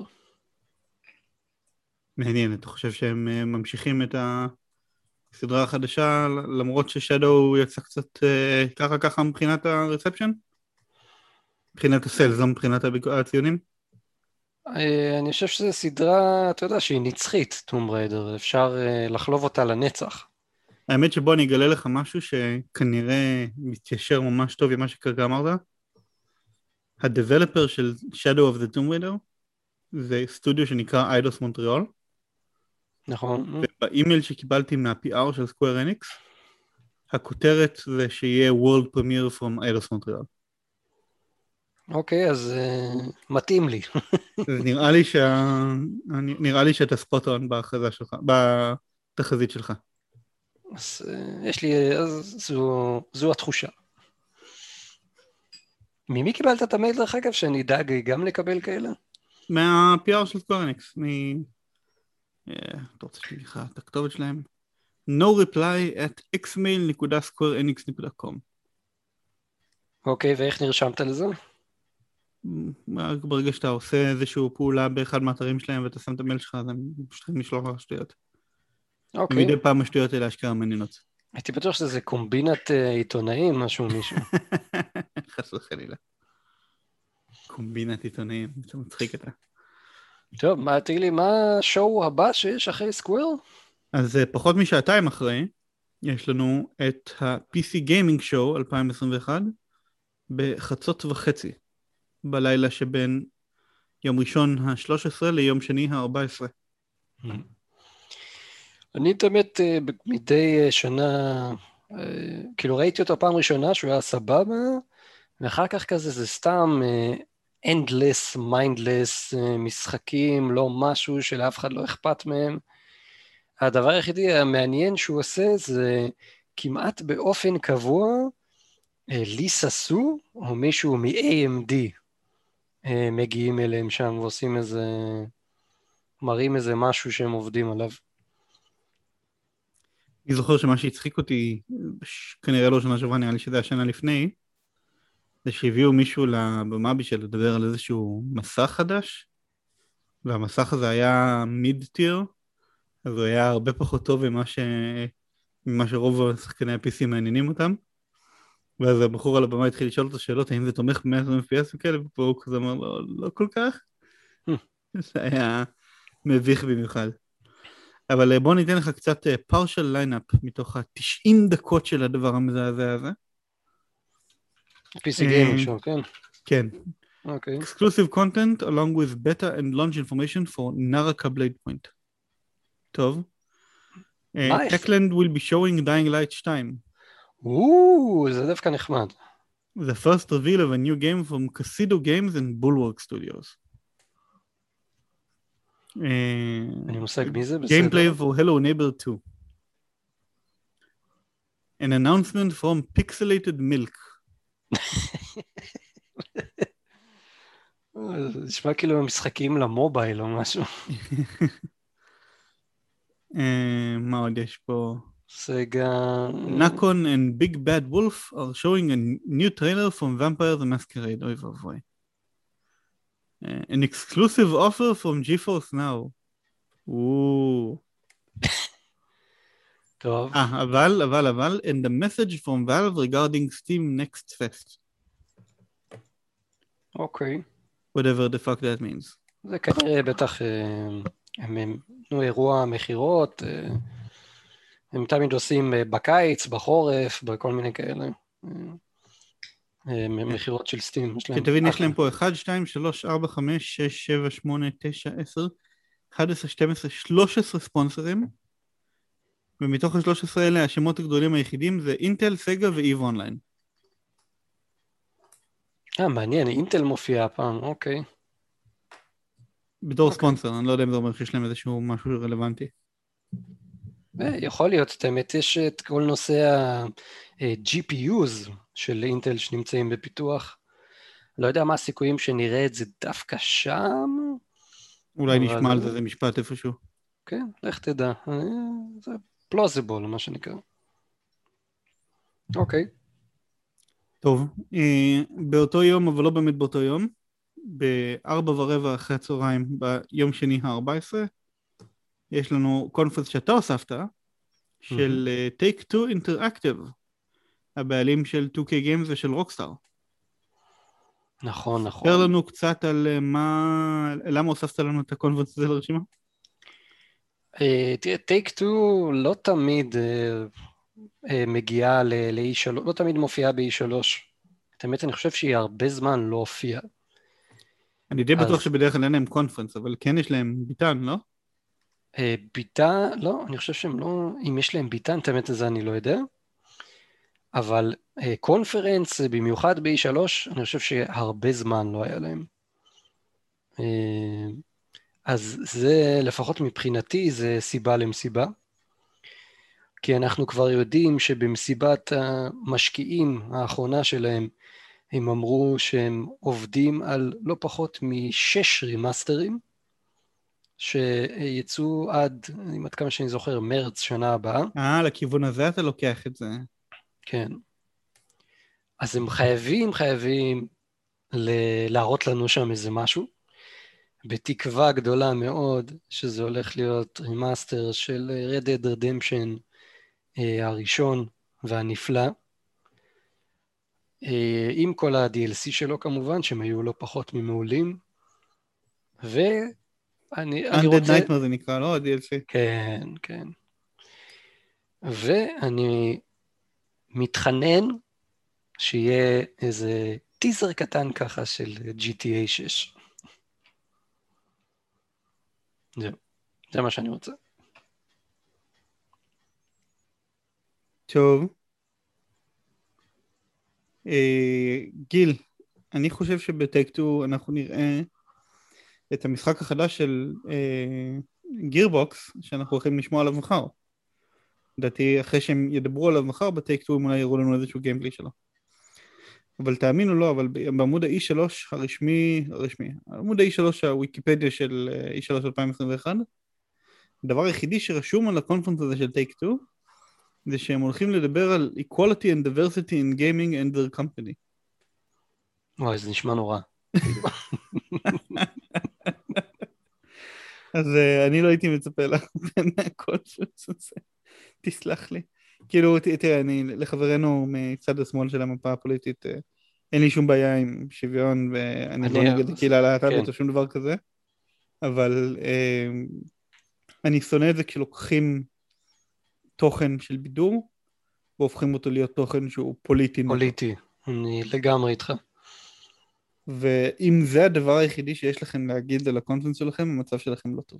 מעניין, אתה חושב שהם אה, ממשיכים את הסדרה החדשה, למרות ששדו יצא קצת אה, ככה ככה מבחינת הרספשן? מבחינת הסלס, לא מבחינת הביק- הציונים? אני חושב שזו סדרה, אתה יודע, שהיא נצחית, טום בריידר, אפשר לחלוב אותה לנצח. האמת שבוא אני אגלה לך משהו שכנראה מתיישר ממש טוב עם מה שכרגע אמרת. הדבלפר של Shadow of the Tomb Raider זה סטודיו שנקרא אידוס מונטריאול, נכון. ובאימייל שקיבלתי מה-פי אר של סקוואר אניקס, הכותרת זה שיהיה World Premiere from אידוס מונטריאול. אוקיי, אז uh, מתאים לי. נראה לי שה... נראה לי שאתה ספוט-און בהכרזה שלך, בתחזית שלך. אז uh, יש לי, אז זו, זו התחושה. ממי קיבלת את המייל דרך אגב, שאני אדאג גם לקבל כאלה? מה-פי אר של סקוואר אניקס, מ... אתה רוצה שתגיד לך את הכתובת שלהם? no reply at xmail dot square enix dot com. אוקיי, ואיך נרשמת לזה? ברגע שאתה עושה איזושהי פעולה באחד מהאתרים שלהם ואתה שם את המייל שלך, אז הם פשוט לשלוח לך שטויות. אוקיי. ומדי פעם השטויות האלה אשכרה מעניינות. הייתי בטוח שזה קומבינת עיתונאים, משהו מישהו. חס וחלילה. קומבינת עיתונאים, זה מצחיק אתה. טוב, מה, תגיד לי, מה השואו הבא שיש אחרי סקוואר? אז פחות משעתיים אחרי, יש לנו את ה-פי סי Gaming Show אלפיים עשרים ואחת בחצות וחצי, בלילה שבין יום ראשון ה-שלוש עשרה ליום שני ה-ארבע עשרה. אני באמת מדי שנה, כאילו ראיתי אותו פעם ראשונה שהוא היה סבבה, ואחר כך כזה זה סתם endless, mindless, משחקים, לא משהו שלאף אחד לא אכפת מהם. הדבר היחידי המעניין שהוא עושה זה כמעט באופן קבוע, ליסה סו או מישהו מ-איי אם די מגיעים אליהם שם ועושים איזה, מראים איזה משהו שהם עובדים עליו. אני זוכר שמה שהצחיק אותי, כנראה לא שנה שעברה, נראה לי שזה השנה לפני, זה שהביאו מישהו לבמה בשביל לדבר על איזשהו מסך חדש, והמסך הזה היה מיד טיר, אז הוא היה הרבה פחות טוב ממה, ש... ממה שרוב השחקני ה-פי סי מעניינים אותם, ואז הבחור על הבמה התחיל לשאול אותו שאלות, האם זה תומך ב-מאה ועשרים אף פי אס וכאלה, ופה הוא כזה אמר, לא, לא כל כך. זה היה מביך במיוחד. אבל בוא ניתן לך קצת פרשל ליינאפ מתוך ה-תשעים דקות של הדבר המזעזע הזה. פי סי Gaming Show, כן? כן. אוקיי. Exclusive content along with beta and launch information for Naraka Blade Point. טוב. Techland will be showing Dying Light שתיים. או, זה דווקא נחמד. The first reveal of a new game from Casido Games and Bulwark Studios. אני מושג מי זה, בסדר. Gameplay for Hello Neighbor two. An announcement from Pixelated Milk. זה נשמע כאילו משחקים למובייל או משהו. אה, מה עוד יש פה? סגה... נאקון and Big Bad Wolf are showing a new trailer from Vampire the Masquerade. אוי ואבוי. אה, an exclusive offer from GeForce Now. או. טוב. אה, אבל, אבל, אבל, and a message from Valve regarding Steam Next Fest. אוקיי. Whatever the fuck that means. זה כנראה בטח, אה, הם הם נו אירוע מחירות, אה, הם תמיד עושים אה, בקיץ, בחורף, בכל מיני כאלה. אה, אה, מחירות של סטים. יש להם שתבין, יש אחלה. להם פה אחת, שתיים, שלוש, ארבע, חמש, שש, שבע, שמונה, תשע, עשר, אחת עשרה, שתים עשרה, שלוש עשרה ספונסרים, ומתוך ה-שלוש עשרה האלה השמות הגדולים היחידים זה אינטל, סגה ואיב אונליין. אה, מעניין, אינטל מופיע הפעם, אוקיי. בתור אוקיי. ספונסר, אני לא יודע אם זה אומר שיש להם איזשהו משהו רלוונטי. אה, יכול להיות, את האמת, יש את כל נושא ה-ג'י פי יוז של אינטל שנמצאים בפיתוח. לא יודע מה הסיכויים שנראה את זה דווקא שם. אולי אבל- נשמע על זה, זה משפט איפשהו. כן, לך תדע. אה, זה פלוזיבול, מה שנקרא. אוקיי. טוב, אה, באותו יום, אבל לא באמת באותו יום, בארבע ורבע אחרי הצהריים, ביום שני ה-ארבע עשרה, יש לנו קונפרנס שאתה הוספת, של אה, Take Two Interactive, הבעלים של טו קיי Games ושל רוקסטאר. נכון, נכון. תספר לנו קצת על אה, מה, למה הוספת לנו את הקונפרנס הזה לרשימה? אה, תראה, טייק טו לא תמיד אה, אה, מגיעה ל-אי שלוש, לא תמיד מופיעה ב-אי שלוש. את האמת, אני חושב שהיא הרבה זמן לא הופיעה. אני די בטוח אז- שבדרך כלל אין להם קונפרנס, אבל כן יש להם ביטן, לא? אה, ביטה, לא, אני חושב שהם לא, אם יש להם ביטן, את האמת הזה אני לא יודע. אבל אה, קונפרנס, אה, במיוחד ב-אי שלוש, אני חושב שהרבה זמן לא היה להם. אה, אז זה, לפחות מבחינתי, זה סיבה למסיבה. כי אנחנו כבר יודעים שבמסיבת המשקיעים האחרונה שלהם, הם אמרו שהם עובדים על לא פחות משש רימאסטרים, שיצאו עד, עד כמה שאני זוכר, מרץ שנה הבאה. אה, לכיוון הזה אתה לוקח את זה. כן. אז הם חייבים, חייבים ל- להראות לנו שם איזה משהו, בתקווה גדולה מאוד שזה הולך להיות רימאסטר של Red Dead Redemption אה, הראשון והנפלא, אה, עם כל ה-די אל סי שלו כמובן, שהם היו לא פחות ממעולים, ואני אני Undead רוצה... Nightmare זה נקרא, לא? ה-די אל סי. כן, כן. ואני מתחנן שיהיה איזה טיזר קטן ככה של ג'י טי איי שש. זהו, זה מה שאני רוצה. טוב. אה, גיל, אני חושב שבטייק טו אנחנו נראה את המשחק החדש של אה, גירבוקס, שאנחנו הולכים לשמוע עליו מחר. לדעתי, אחרי שהם ידברו עליו מחר, בטייק טו הם אולי יראו לנו איזשהו גיימפלי שלו. אבל תאמינו לו, אבל בעמוד ה-אי שלוש הרשמי, הרשמי, עמוד ה-אי שלוש הוויקיפדיה של אי שלוש אלפיים עשרים ואחת, הדבר היחידי שרשום על הקונפרנס הזה של טייק טו, זה שהם הולכים לדבר על equality and diversity in gaming and their company. וואי, זה נשמע נורא. אז uh, אני לא הייתי מצפה לך מהקונפרנס הזה, תסלח לי. כאילו, ת, תראה, אני, לחברנו מצד השמאל של המפה הפוליטית, uh, אין לי שום בעיה עם שוויון, ואני לא אני- נגד הקהילה הלהט"בית כן. או שום דבר כזה, אבל uh, אני שונא את זה כשלוקחים תוכן של בידור, והופכים אותו להיות תוכן שהוא פוליטי. נטו. פוליטי, אני לגמרי איתך. ואם זה הדבר היחידי שיש לכם להגיד על הקונטנט שלכם, המצב שלכם לא טוב.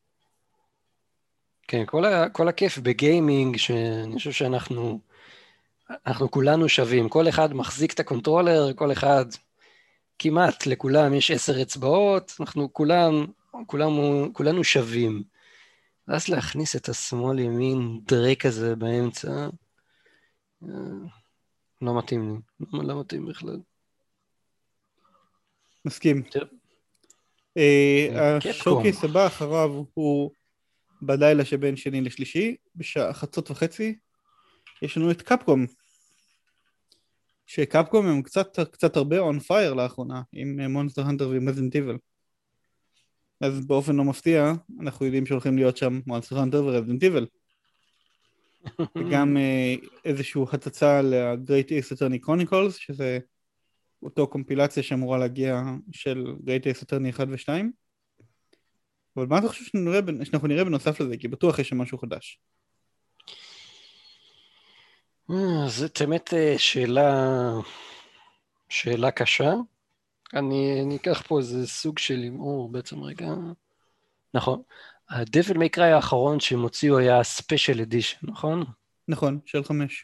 כן, כל, ה, כל הכיף בגיימינג, שאני חושב שאנחנו אנחנו כולנו שווים, כל אחד מחזיק את הקונטרולר, כל אחד, כמעט לכולם יש עשר אצבעות, אנחנו כולם, כולם, כולנו שווים. ואז להכניס את השמאל ימין דרק הזה באמצע, אה, לא מתאים לי, לא, לא מתאים בכלל. מסכים. טוב. אה, קפקום. השואוקייס הבא אחריו הוא בלילה שבין שני לשלישי, בשעה חצות וחצי, יש לנו את קפקום. שקפקום הם קצת, קצת הרבה on fire לאחרונה, עם מונסטר הנטר ועם רזידנט איבל. אז באופן לא מפתיע, אנחנו יודעים שהולכים להיות שם מונסטר הנטר ורזידנט איבל. וגם אה, איזשהו הצצה ל-Great Ace Attorney Chronicles, שזה אותו קומפילציה שאמורה להגיע של Great Ace Attorney אחד ו-שתיים. אבל מה אתה חושב שנראה, שאנחנו נראה בנוסף לזה? כי בטוח יש שם משהו חדש. זאת באמת שאלה, שאלה קשה. אני, אני אקח פה איזה סוג של אימור בעצם רגע. נכון. ה-Devil May Cry האחרון שהם הוציאו היה ספיישל אדישן, נכון? נכון, של חמש.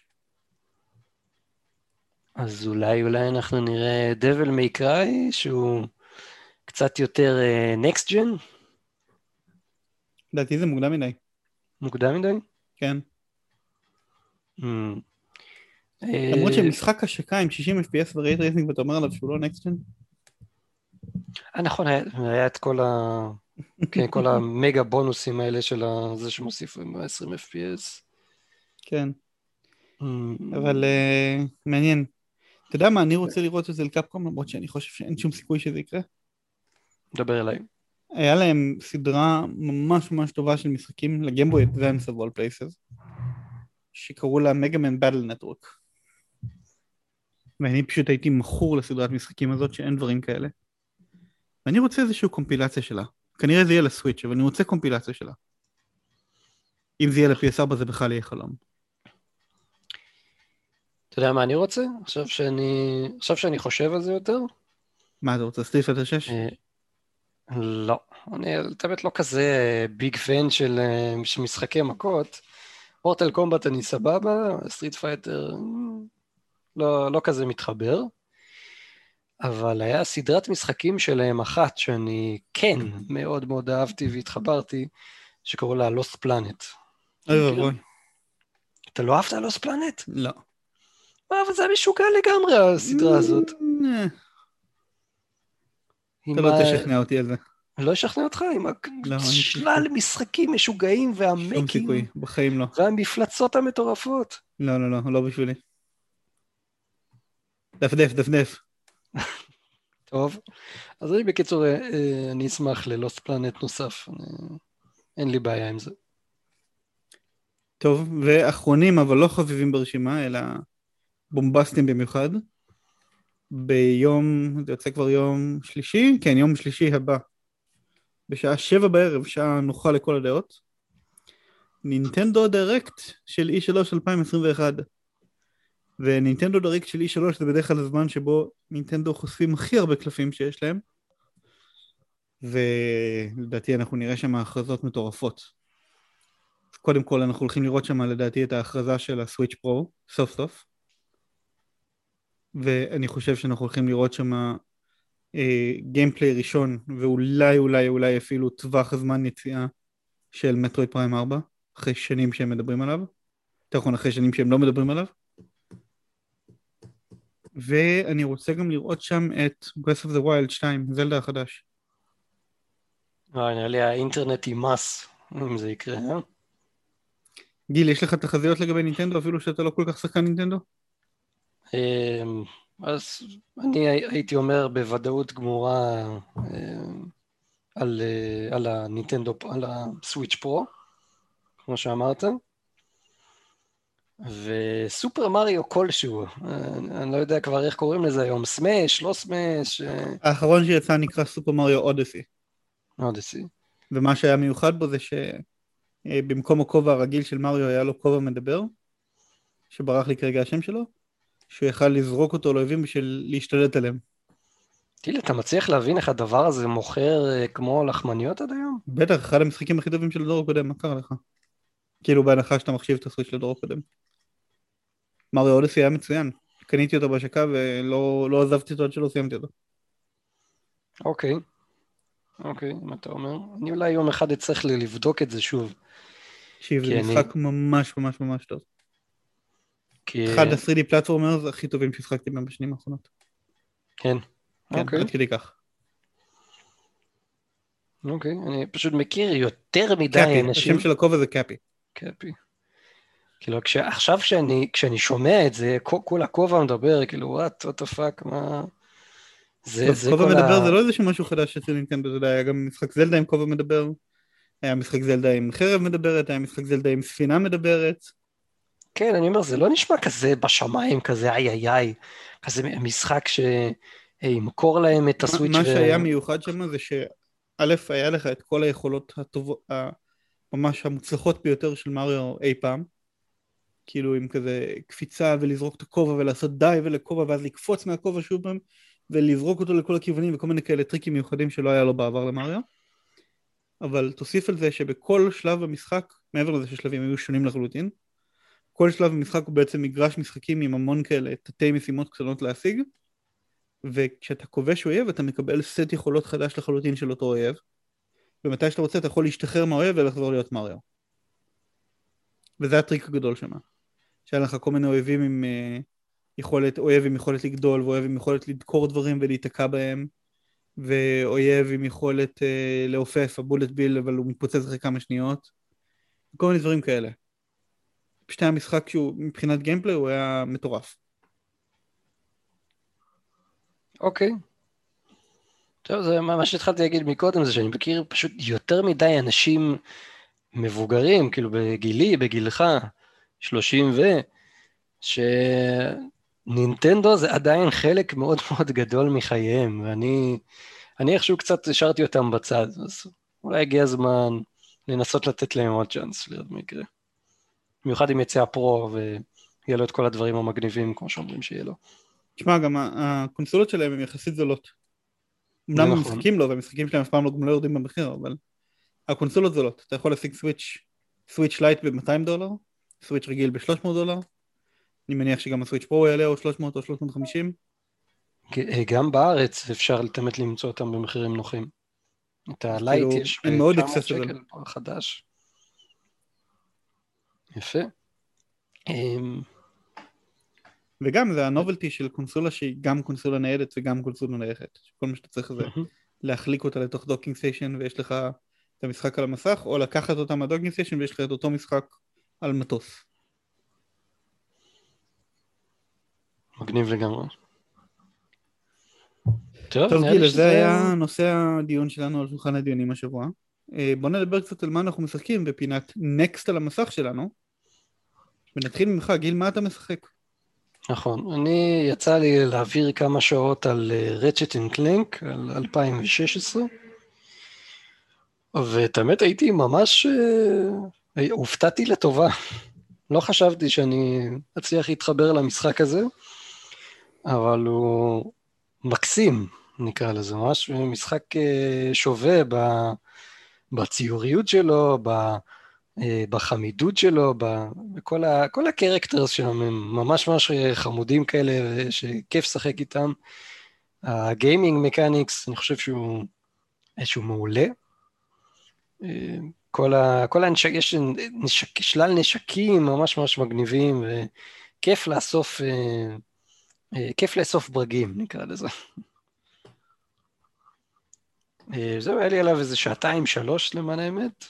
אז אולי, אולי אנחנו נראה Devil May Cry שהוא קצת יותר uh, Next Gen? לדעתי זה מוקדם מדי. מוקדם מדי? כן. Mm. למרות שמשחק השקה עם שישים אף פי אס ורייט רייסינג ואתה אומר עליו שהוא לא נקסט ג'ן? אה, נכון, היה, היה את כל, ה... כן, כל המגה בונוסים האלה של זה שמוסיפו עם עשרים אף פי אס. כן. אבל uh, מעניין. אתה יודע מה, אני רוצה לראות את זה לקפקום, למרות שאני חושב שאין שום סיכוי שזה יקרה. דבר אליי. היה להם סדרה ממש ממש טובה של משחקים לגיימבוי אדוונס of all places, שקראו לה מגאמן באטל נטוורק. ואני פשוט הייתי מכור לסדרת משחקים הזאת שאין דברים כאלה. ואני רוצה איזושהי קומפילציה שלה. כנראה זה יהיה לסוויץ', אבל אני רוצה קומפילציה שלה. אם זה יהיה ל-פי אס ארבע זה בכלל יהיה חלום. אתה יודע מה אני רוצה? עכשיו שאני, עכשיו שאני חושב על זה יותר? מה אתה רוצה, סטריט פייטר שש? לא, אני באמת לא כזה ביג פן של משחקי מכות. מורטל קומבט אני סבבה, סטריט פייטר לא, לא כזה מתחבר. אבל היה סדרת משחקים שלהם אחת שאני כן מאוד מאוד אהבתי והתחברתי, שקראו לה Lost Planet. אוי ואבוי. אתה לא אהבת Lost Planet? לא. מה, אבל זה היה משוגע לגמרי הסדרה הזאת. אתה לא תשכנע אותי על זה. לא אשכנע אותך עם שלל משחקים משוגעים והמקים. שום סיכוי, בחיים לא. והמפלצות המטורפות. לא, לא, לא, לא בשבילי. דפדף, דפדף. טוב, אז אני בקיצור, אני אשמח ללוסט פלנט נוסף. אין לי בעיה עם זה. טוב, ואחרונים אבל לא חביבים ברשימה, אלא בומבסטים במיוחד. ביום, זה יוצא כבר יום שלישי? כן, יום שלישי הבא. בשעה שבע בערב, שעה נוחה לכל הדעות. נינטנדו דירקט של אי שלוש אלפיים עשרים ואחת. ונינטנדו דירקט של אי שלוש זה בדרך כלל הזמן שבו נינטנדו חושפים הכי הרבה קלפים שיש להם. ולדעתי אנחנו נראה שם הכרזות מטורפות. קודם כל אנחנו הולכים לראות שם לדעתי את ההכרזה של הסוויץ' פרו, סוף סוף. ואני חושב שאנחנו הולכים לראות שם גיימפליי uh, ראשון, ואולי אולי אולי אפילו טווח הזמן יציאה של מטרויד פריים ארבע, אחרי שנים שהם מדברים עליו, תכון אחרי שנים שהם לא מדברים עליו. ואני רוצה גם לראות שם את Breath of the Wild שתיים, זלדה החדש. נראה לי האינטרנט ימס, אם זה יקרה, אה? גיל, יש לך תחזיות לגבי נינטנדו, אפילו שאתה לא כל כך שחקן נינטנדו? אז אני הייתי אומר בוודאות גמורה על, על הנינטנדו, על הסוויץ' פרו, כמו שאמרת. וסופר מריו כלשהו, אני לא יודע כבר איך קוראים לזה היום, סמש, לא סמש. האחרון שיצא נקרא סופר מריו אודיסי. אודיסי. ומה שהיה מיוחד בו זה שבמקום הכובע הרגיל של מריו היה לו כובע מדבר, שברח לי כרגע השם שלו, שהוא יכל לזרוק אותו לאויבים בשביל להשתלט עליהם. טיל, אתה מצליח להבין איך הדבר הזה מוכר כמו לחמניות עד היום? בטח, אחד המשחקים הכי טובים של הדור הקודם, מה קרה לך? כאילו בהנחה שאתה מחשיב את הסוויץ' לדור הקודם. מריו אודיסי היה מצוין, קניתי אותו בהשקה ולא לא עזבתי אותו עד שלא סיימתי אותו. אוקיי, אוקיי, מה אתה אומר? אני אולי יום אחד אצטרך לבדוק את זה שוב. תקשיב, זה משחק אני... ממש ממש ממש טוב. כי... אחד ה-תרי די פלטפורמר זה הכי טובים שהשחקתי בהם בשנים האחרונות. כן, כן, אוקיי. עד כדי כך. אוקיי, אני פשוט מכיר יותר מדי קאפי, אנשים. השם של הכובע זה קאפי. קאפי. כאילו, עכשיו כשאני, כשאני שומע את זה, כל הכובע מדבר, כאילו, what, what the fuck, מה... זה, טוב, זה כובע כל מדבר ה... זה לא איזשהו משהו חדש אצל נינטנדו, אתה יודע, היה גם משחק זלדה עם כובע מדבר, היה משחק זלדה עם חרב מדברת, היה משחק זלדה עם ספינה מדברת. כן, אני אומר, זה לא נשמע כזה בשמיים, כזה איי איי איי, כזה משחק שימכור להם את מה, הסוויץ' מה ו... שהיה מיוחד שם זה שא' היה לך את כל היכולות הטובות, ממש המוצלחות ביותר של מריו אי פעם, כאילו עם כזה קפיצה ולזרוק את הכובע ולעשות די ולכובע ואז לקפוץ מהכובע שוב פעם ולזרוק אותו לכל הכיוונים וכל מיני כאלה טריקים מיוחדים שלא היה לו בעבר למריו. אבל תוסיף על זה שבכל שלב במשחק, מעבר לזה שהשלבים היו שונים לחלוטין, כל שלב במשחק הוא בעצם מגרש משחקים עם המון כאלה תתי משימות קטנות להשיג, וכשאתה כובש אויב אתה מקבל סט יכולות חדש לחלוטין של אותו אויב, ומתי שאתה רוצה אתה יכול להשתחרר מהאויב ולחזור להיות מריו. וזה הטריק הגדול שמה. שהיה לך כל מיני אויבים עם uh, יכולת, אויב עם יכולת לגדול, ואויב עם יכולת לדקור דברים ולהיתקע בהם, ואויב עם יכולת uh, לעופף, הבולט ביל, אבל הוא מתפוצץ אחרי כמה שניות, וכל מיני דברים כאלה. פשוט היה משחק שהוא, מבחינת גיימפליי, הוא היה מטורף. אוקיי. טוב, זה מה שהתחלתי להגיד מקודם, זה שאני מכיר פשוט יותר מדי אנשים מבוגרים, כאילו בגילי, בגילך, שלושים ו... שנינטנדו זה עדיין חלק מאוד מאוד גדול מחייהם, ואני אני איכשהו קצת השארתי אותם בצד, אז אולי הגיע הזמן לנסות לתת להם עוד צ'אנס, לראות מקרה. במיוחד אם יצא הפרו ויהיה לו את כל הדברים המגניבים, כמו שאומרים שיהיה לו. תשמע, גם הקונסולות שלהם הן יחסית זולות. זה אמנם נכון. המשחקים לא, והמשחקים שלהם אף פעם לא יורדים במחיר, אבל הקונסולות זולות. אתה יכול להשיג סוויץ', סוויץ' לייט ב-מאתיים דולר, סוויץ' רגיל ב-שלוש מאות דולר, אני מניח שגם הסוויץ' פרו יעלה או שלוש מאות או שלוש מאות וחמישים. גם בארץ אפשר לתמת למצוא אותם במחירים נוחים. את הלייט כאילו, יש הם מאוד ב-תשע מאות accessible. שקל פה חדש. יפה. אמ, וגם זה הנובלטי של קונסולה שהיא גם קונסולה ניידת וגם קונסולה נייחת. כל מה שאתה צריך זה להחליק אותה לתוך דוקינג סטיישן ויש לך את המשחק על המסך, או לקחת אותה מהדוקינג סטיישן ויש לך את אותו משחק על מטוס. מגניב לגמרי. טוב, טוב נראה לי גיל, שזה... זה היה נושא הדיון שלנו על שולחן הדיונים השבוע. בוא נדבר קצת על מה אנחנו משחקים בפינת נקסט על המסך שלנו. ונתחיל ממך, גיל, מה אתה משחק? נכון, אני יצא לי להעביר כמה שעות על רצ'ט אנד קלנק, על אלפיים ושש עשרה, ואת האמת הייתי ממש, אה, הופתעתי לטובה. לא חשבתי שאני אצליח להתחבר למשחק הזה, אבל הוא מקסים, נקרא לזה, ממש משחק אה, שווה בציוריות שלו, ב... בחמידות שלו, בכל ה, כל הקרקטרס שלהם הם ממש ממש חמודים כאלה, שכיף לשחק איתם. הגיימינג מקניקס, אני חושב שהוא איזשהו מעולה. כל ה, כל הנשק, יש נשק, שלל נשקים ממש ממש מגניבים, וכיף לאסוף, כיף לאסוף ברגים, נקרא לזה. זהו, היה לי עליו איזה שעתיים, שלוש למען האמת.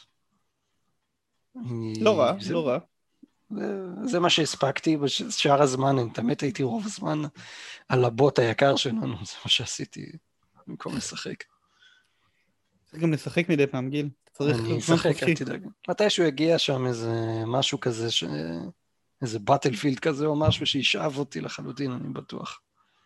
לא רע, זה, לא רע. זה, זה מה שהספקתי בשאר הזמן, אני תמיד הייתי רוב הזמן על הבוט היקר שלנו, זה מה שעשיתי במקום לשחק. צריך גם לשחק מדי פעם, גיל. צריך אני זמן אשחק, חופשי. אל תדאג. מתישהו יגיע שם איזה משהו כזה, ש... איזה באטלפילד כזה או משהו שישאב אותי לחלוטין, אני בטוח.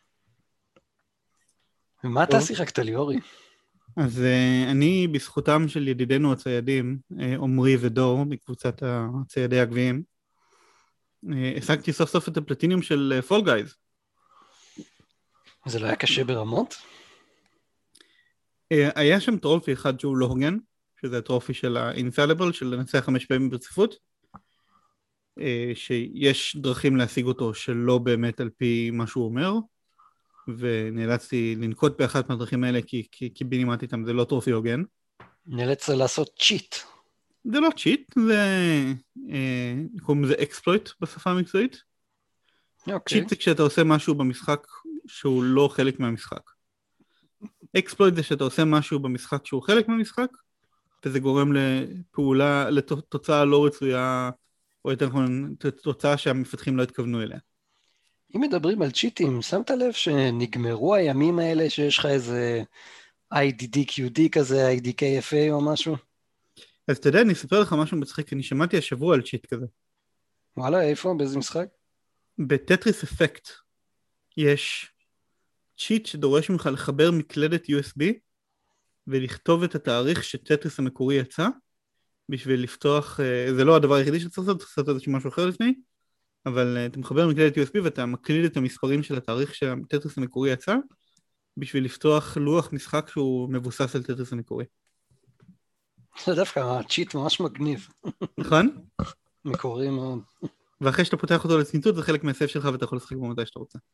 ומה אתה שיחקת לי, אורי? אז uh, אני בזכותם של ידידינו הציידים, עומרי uh, ודור, מקבוצת הציידי הגביעים, uh, השגתי סוף סוף את הפלטיניום של פול uh, גייז. זה לא היה קשה ברמות? Uh, היה שם טרופי אחד שהוא לא הוגן, שזה הטרופי של ה-Infallible, של לנצח חמש פעמים ברציפות, uh, שיש דרכים להשיג אותו שלא באמת על פי מה שהוא אומר, ונאלצתי לנקוט באחת מהדרכים האלה כי, כי, כי בינימט איתם זה לא טרופי הוגן. נאלץ לעשות צ'יט. זה לא צ'יט, זה אה, קוראים לזה אקספלויט בשפה המקצועית. אוקיי. צ'יט זה כשאתה עושה משהו במשחק שהוא לא חלק מהמשחק. אקספלויט זה שאתה עושה משהו במשחק שהוא חלק מהמשחק, וזה גורם לפעולה, לתוצאה לא רצויה, או יותר נכון, תוצאה שהמפתחים לא התכוונו אליה. אם מדברים על צ'יטים, שמת לב שנגמרו הימים האלה שיש לך איזה איי די די קיו די כזה, איי די קיי אף איי או משהו? אז אתה יודע, אני אספר לך משהו מצחיק, אני שמעתי השבוע על צ'יט כזה. וואלה, איפה? באיזה משחק? בטטריס אפקט יש צ'יט שדורש ממך לחבר מקלדת יו אס בי ולכתוב את התאריך שטטריס המקורי יצא, בשביל לפתוח, זה לא הדבר היחידי שצריך לעשות, צריך לעשות איזשהו משהו אחר לפני, אבל אתה מחבר מקלדת יו אס בי ואתה מקליד את המספרים של התאריך שהטטריס המקורי יצא, בשביל לפתוח לוח משחק שהוא מבוסס על טטריס המקורי. זה דווקא צ'יט ממש מגניב. נכון? מקורי מאוד. ואחרי שאתה פותח אותו לצמיתות, זה חלק מהסייב שלך ואתה יכול לשחק בו מתי שאתה רוצה.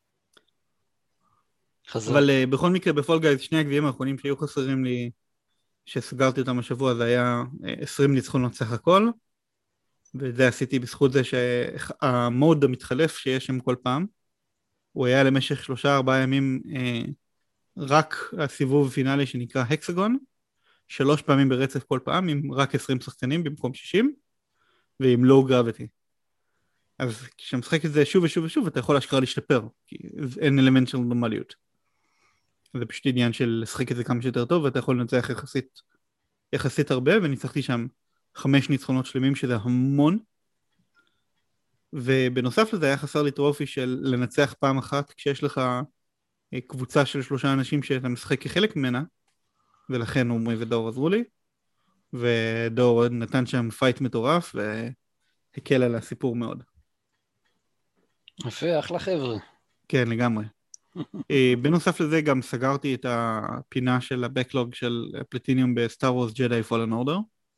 חזק. אבל uh, בכל מקרה בפול גייז, שני הגביעים האחרונים שהיו חסרים לי, שסגרתי אותם השבוע, זה היה עשרים ניצחונות סך הכל, וזה עשיתי בזכות זה שהמוד המתחלף שיש שם כל פעם, הוא היה למשך שלושה ארבעה ימים אה, רק הסיבוב פינאלי שנקרא הקסגון, שלוש פעמים ברצף כל פעם, עם רק עשרים שחקנים במקום שישים, ועם לואו גרביטי. אז כשאתה משחק את זה שוב ושוב ושוב, אתה יכול אשכרה להשתפר, כי אין אלמנט של נורמליות. זה פשוט עניין של לשחק את זה כמה שיותר טוב, ואתה יכול לנצח יחסית, יחסית הרבה, וניצחתי שם חמש ניצחונות שלמים, שזה המון. ובנוסף לזה היה חסר לי טרופי של לנצח פעם אחת, כשיש לך קבוצה של שלושה אנשים שאתה משחק כחלק ממנה, ולכן עומרי ודור עזרו לי, ודור נתן שם פייט מטורף, והקל על הסיפור מאוד. יפה, אחלה חבר'ה. כן, לגמרי. בנוסף לזה גם סגרתי את הפינה של הבקלוג של פלטיניום בסטאר וורס ג'די פולן אורדר,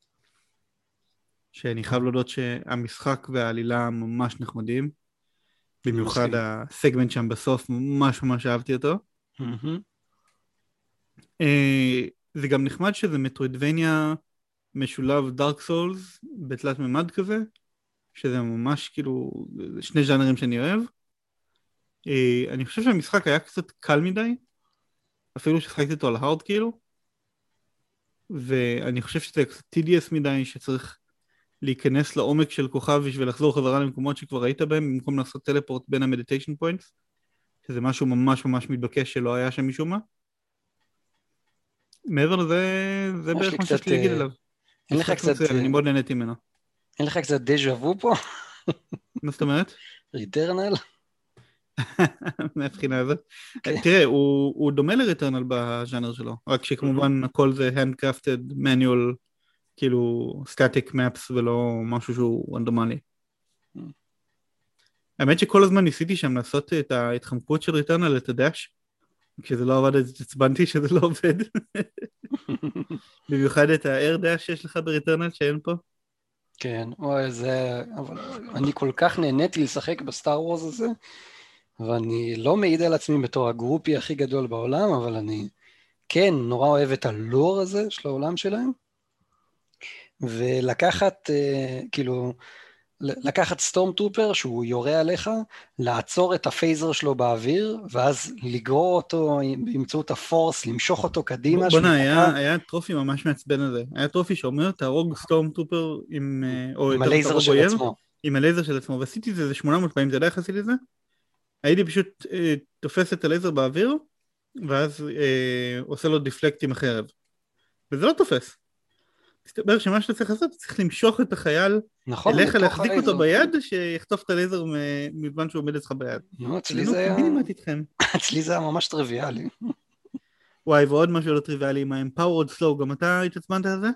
שאני חייב להודות שהמשחק והעלילה ממש נחמדים, במיוחד הסגמנט שם בסוף, ממש ממש אהבתי אותו. זה גם נחמד שזה מטרוידבניה משולב דארק סולס בתלת ממד כזה, שזה ממש כאילו שני ז'אנרים שאני אוהב. אני חושב שהמשחק היה קצת קל מדי, אפילו ששחקתי אותו על הארד כאילו, ואני חושב שזה קצת טי די אס מדי, שצריך להיכנס לעומק של כוכב בשביל לחזור חזרה למקומות שכבר היית בהם, במקום לעשות טלפורט בין המדיטיישן פוינטס, שזה משהו ממש ממש מתבקש שלא היה שם משום מה. מעבר לזה, זה בערך מה שיש לי להגיד עליו. אין לך קצת... אני מאוד נהניתי ממנו. אין לך קצת דז'ה וו פה? מה זאת אומרת? ריטרנל? מהבחינה הזאת. תראה, הוא דומה לריטרנל בז'אנר שלו, רק שכמובן הכל זה handcrafted manual, כאילו static maps ולא משהו שהוא רנדומלי. האמת שכל הזמן ניסיתי שם לעשות את ההתחמקות של ריטרנל, את הדש, כשזה לא עבד, אז הצבנתי שזה לא עובד. במיוחד את ה-air dash שיש לך בריטרנל שאין פה. כן, אוי, זה... אבל אני כל כך נהניתי לשחק בסטאר וורס הזה, ואני לא מעיד על עצמי בתור הגרופי הכי גדול בעולם, אבל אני כן נורא אוהב את הלור הזה של העולם שלהם, ולקחת, כאילו, לקחת סטורם טרופר שהוא יורה עליך, לעצור את הפייזר שלו באוויר, ואז לגרור אותו באמצעות הפורס, למשוך אותו קדימה. בונה, היה, היה טרופי ממש מעצבן הזה. היה טרופי שאומר, תהרוג סטורם טרופר עם, או עם הלייזר של אויר, עצמו. עם הלייזר של עצמו, ועשיתי את זה שמונה מאות פעמים, זה די יחסי לזה. הייתי פשוט אה, תופס את הלייזר באוויר, ואז אה, עושה לו דיפלקט עם החרב. וזה לא תופס. מסתבר שמה שאתה צריך לעשות, צריך למשוך את החייל, נכון, אליך להחזיק הלייזר. אותו ביד, שיחטוף את הלייזר מזמן שהוא עומד אצלך ביד. נו, אצלי זה היה... אצלי זה היה ממש טריוויאלי. וואי, ועוד משהו לא טריוויאלי, עם ה-Empowered Slow, גם אתה התעצבנת על זה?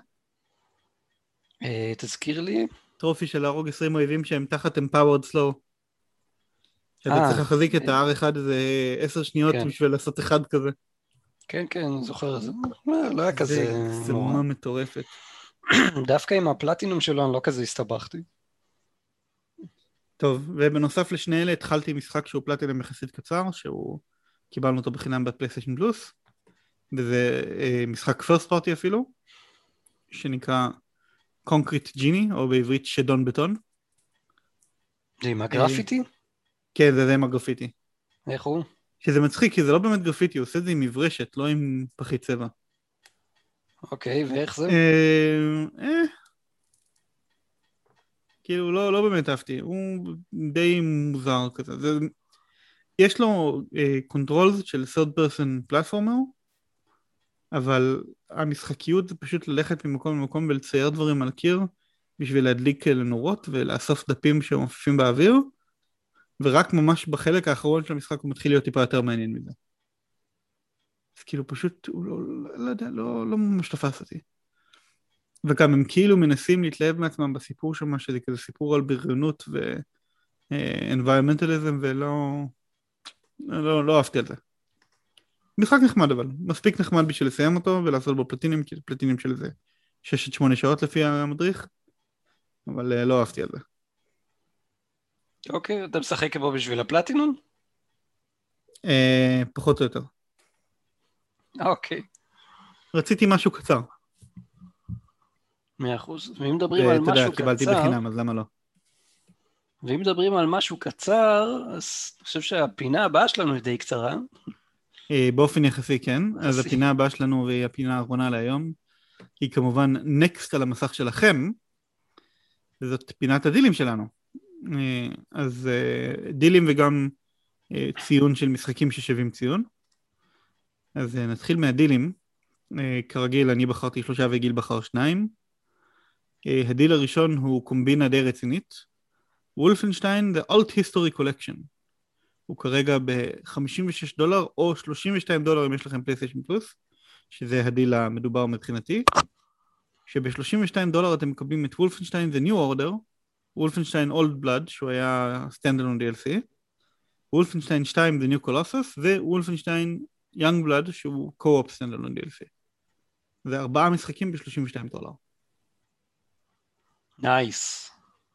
תזכיר לי. טרופי של להרוג עשרים אויבים שהם תחת Empowered Slow. שאתה צריך להחזיק את ה-אר אחת איזה עשר שניות בשביל לעשות אחד כזה. כן, כן, אני זוכר את זה. לא היה כזה... זה גזמה מטורפת. דווקא עם הפלטינום שלו אני לא כזה הסתבכתי. טוב, ובנוסף לשני אלה התחלתי משחק שהוא פלטינום יחסית קצר, שהוא קיבלנו אותו בחינם בפלייסטיישן פלוס, וזה משחק first party אפילו, שנקרא Concrete Genie, או בעברית שדון בטון. זה עם הגרפיטי? כן, זה זה עם הגרפיטי. איך הוא? שזה מצחיק, כי זה לא באמת גרפיטי, הוא עושה את זה עם מברשת, לא עם פחית צבע. אוקיי, ואיך זה? אה, אה, כאילו, לא, לא באמת אהבתי, הוא די מוזר כזה. זה, יש לו קונטרולס uh, של third person platformer, אבל המשחקיות זה פשוט ללכת ממקום למקום ולצייר דברים על קיר, בשביל להדליק לנורות ולאסוף דפים שמעופפים באוויר, ורק ממש בחלק האחרון של המשחק הוא מתחיל להיות טיפה יותר מעניין מזה. אז כאילו פשוט, הוא לא, לא, לא יודע, לא, לא ממש תפס אותי. וגם הם כאילו מנסים להתלהב מעצמם בסיפור שם, שזה כזה סיפור על בריונות ו-environmentalism, ולא, לא, לא אהבתי על זה. משחק נחמד אבל, מספיק נחמד בשביל לסיים אותו ולעשות בו פלטינים, כי זה פלטינים של איזה שש עד שמונה שעות לפי המדריך, אבל לא אהבתי על זה. אוקיי, אתה משחק בו בשביל הפלטינון? אה, פחות או יותר. אוקיי. רציתי משהו קצר. מאה אחוז. ואם מדברים על משהו יודע, קצר... קיבלתי בחינם, אז למה לא? ואם מדברים על משהו קצר, אז אני חושב שהפינה הבאה שלנו היא די קצרה. באופן יחסי כן, יחסי. אז הפינה הבאה שלנו והיא הפינה האחרונה להיום, היא כמובן נקסט על המסך שלכם, וזאת פינת הדילים שלנו. אז דילים וגם ציון של משחקים ששווים ציון. אז נתחיל מהדילים. כרגיל אני בחרתי שלושה וגיל בחר שניים. הדיל הראשון הוא קומבינה די רצינית. וולפנשטיין The Alt History Collection. הוא כרגע ב-חמישים ושש דולר או שלושים ושתיים דולר אם יש לכם פלייסטיישן פלוס, שזה הדיל המדובר מבחינתי. שב-שלושים ושתיים דולר אתם מקבלים את וולפנשטיין The New Order, וולפנשטיין Old Blood, שהוא היה Standalone די אל סי, וולפנשטיין שתיים The New Colossus, ווולפנשטיין Young Blood, שהוא Co-op Standalone די אל סי. זה ארבעה משחקים ב-שלושים ושתיים דולר. נייס.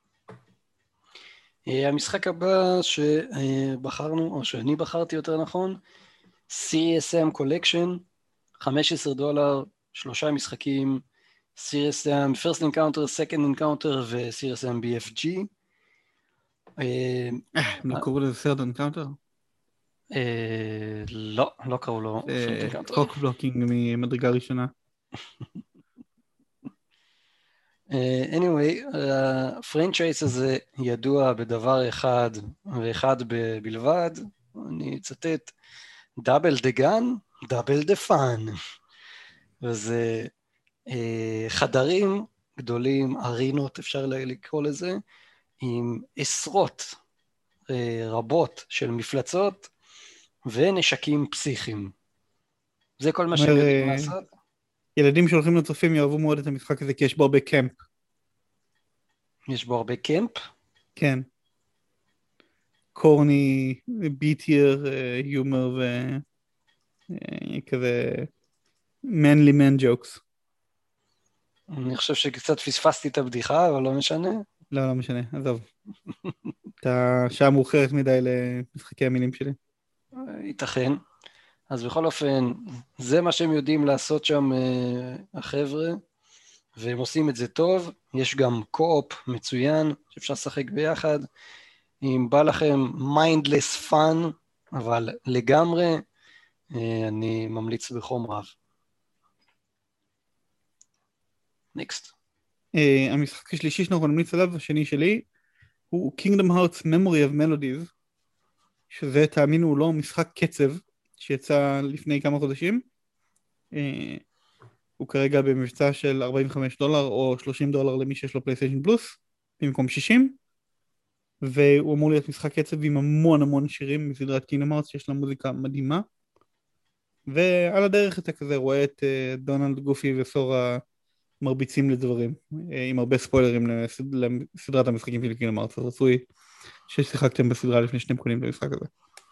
המשחק הבא שבחרנו, או שאני בחרתי יותר נכון, סי אס אם Collection, חמישה עשר דולר, שלושה משחקים, סי אס אם First Encounter, Second Encounter ו-סי אס אם בי אף ג'י. הם לא קראו לזה Third Encounter? לא, לא קראו לו First Encounter. קוק בלוקינג ממדרגה ראשונה. anyway, הפרנצ'ייז הזה ידוע בדבר אחד ואחד בלבד, אני אצטט, דאבל דה גן, דאבל דה פאן. וזה חדרים גדולים, ארינות אפשר לקרוא לזה, עם עשרות רבות של מפלצות ונשקים פסיכיים. זה כל מה שהם יודעים לעשות. ילדים שהולכים לצופים יאהבו מאוד את המשחק הזה, כי יש בו הרבה קמפ. יש בו הרבה קמפ? כן. קורני, ביטיר, יומר וכזה manly man jokes. אני חושב שקצת פספסתי את הבדיחה, אבל לא משנה. לא, לא משנה, עזוב. אתה שעה מאוחרת מדי למשחקי המילים שלי. ייתכן. אז בכל אופן, זה מה שהם יודעים לעשות שם החבר'ה, והם עושים את זה טוב. יש גם קו-אופ מצוין, שאפשר לשחק ביחד. אם בא לכם mindless fun, אבל לגמרי, אני ממליץ בחום רב. נקסט. המשחק השלישי שאנחנו נמליץ עליו, השני שלי, הוא Kingdom Hearts Memory of Melodies, שזה, תאמינו, לא משחק קצב, שיצא לפני כמה חודשים. הוא כרגע במבצע של ארבעים וחמישה דולר או שלושים דולר למי שיש לו פלייסטיישן פלוס, במקום שישים, והוא אמור להיות משחק קצב עם המון המון שירים מסדרת קינגדום הארטס, שיש לה מוזיקה מדהימה, ועל הדרך אתה כזה רואה את דונלד, גופי וסורה מרביצים לדברים, עם הרבה ספוילרים לסדרת המשחקים של קינגדום הארטס, אז רצוי ששיחקתם בסדרה לפני שאתם קונים את המשחק הזה.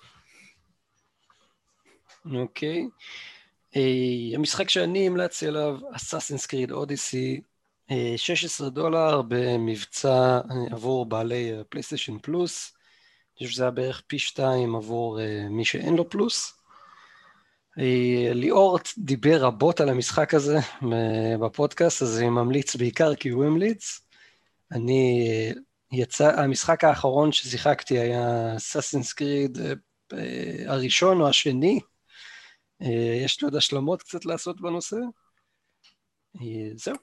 אוקיי. המשחק שאני המלצתי עליו, Assassin's Creed Odyssey, שש עשרה דולר במבצע עבור בעלי פלייסטיישן פלוס. אני חושב שזה היה בערך פי שתיים עבור מי שאין לו פלוס. ליאור דיבר רבות על המשחק הזה בפודקאסט, אז אני ממליץ בעיקר כי הוא המליץ. אני יצא, המשחק האחרון ששיחקתי היה Assassin's Creed הראשון או השני. יש לי עוד השלמות קצת לעשות בנושא. זהו.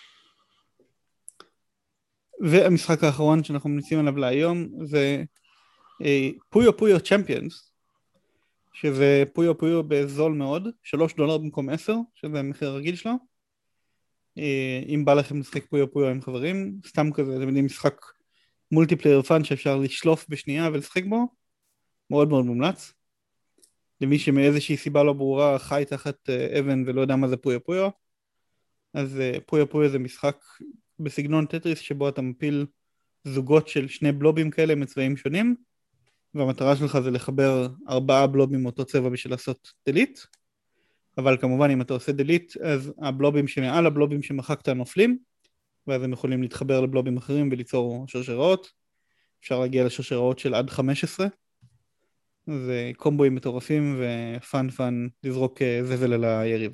והמשחק האחרון שאנחנו מניסים עליו להיום זה פויו פויו צ'מפיונס, שזה פויו פויו בזול מאוד, שלוש דולר במקום עשר, שזה המחיר הרגיל שלו. אם בא לכם לשחק פויו פויו עם חברים, סתם כזה, אתם יודעים, משחק מולטיפלייר פאן שאפשר לשלוף בשנייה ולשחק בו, מאוד מאוד מומלץ. למי שמאיזושהי סיבה לא ברורה חי תחת אבן ולא יודע מה זה פויו פויו, אז פויו פויו זה משחק בסגנון טטריס שבו אתה מפיל זוגות של שני בלובים כאלה מצבעים שונים, והמטרה שלך זה לחבר ארבעה בלובים מאותו צבע בשביל לעשות דליט, אבל כמובן אם אתה עושה דליט אז הבלובים שמעל הבלובים שמחקת נופלים, ואז הם יכולים להתחבר לבלובים אחרים וליצור שרשראות. אפשר להגיע לשרשראות של עד חמש עשרה, זה קומבואים מטורפים ופן פן לזרוק זבל על היריב.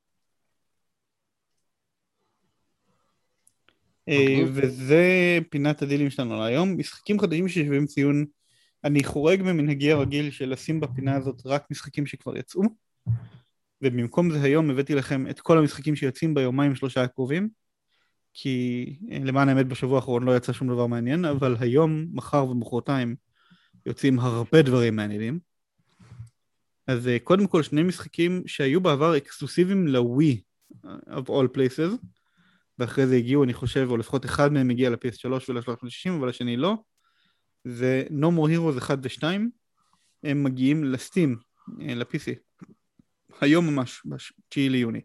וזה פינת הדילים שלנו להיום. משחקים חדשים ששווים ציון, אני חורג ממנהגי הרגיל של לשים בפינה הזאת רק משחקים שכבר יצאו, ובמקום זה היום הבאתי לכם את כל המשחקים שיוצאים ביומיים שלושה הקרובים, כי למען האמת בשבוע האחרון לא יצא שום דבר מעניין, אבל היום, מחר ומחרתיים יוצאים הרבה דברים מעניינים. אז קודם כל שני משחקים שהיו בעבר אקסקלוסיביים לווי of all places, ואחרי זה הגיעו, אני חושב, או לפחות אחד מהם הגיע ל-פי אס שלוש ול-שלוש מאות שישים, אבל השני לא. זה No More Heroes אחד ו-שתיים, הם מגיעים לסטים, ל-פי סי. היום ממש, ב-תשיעי ליוני.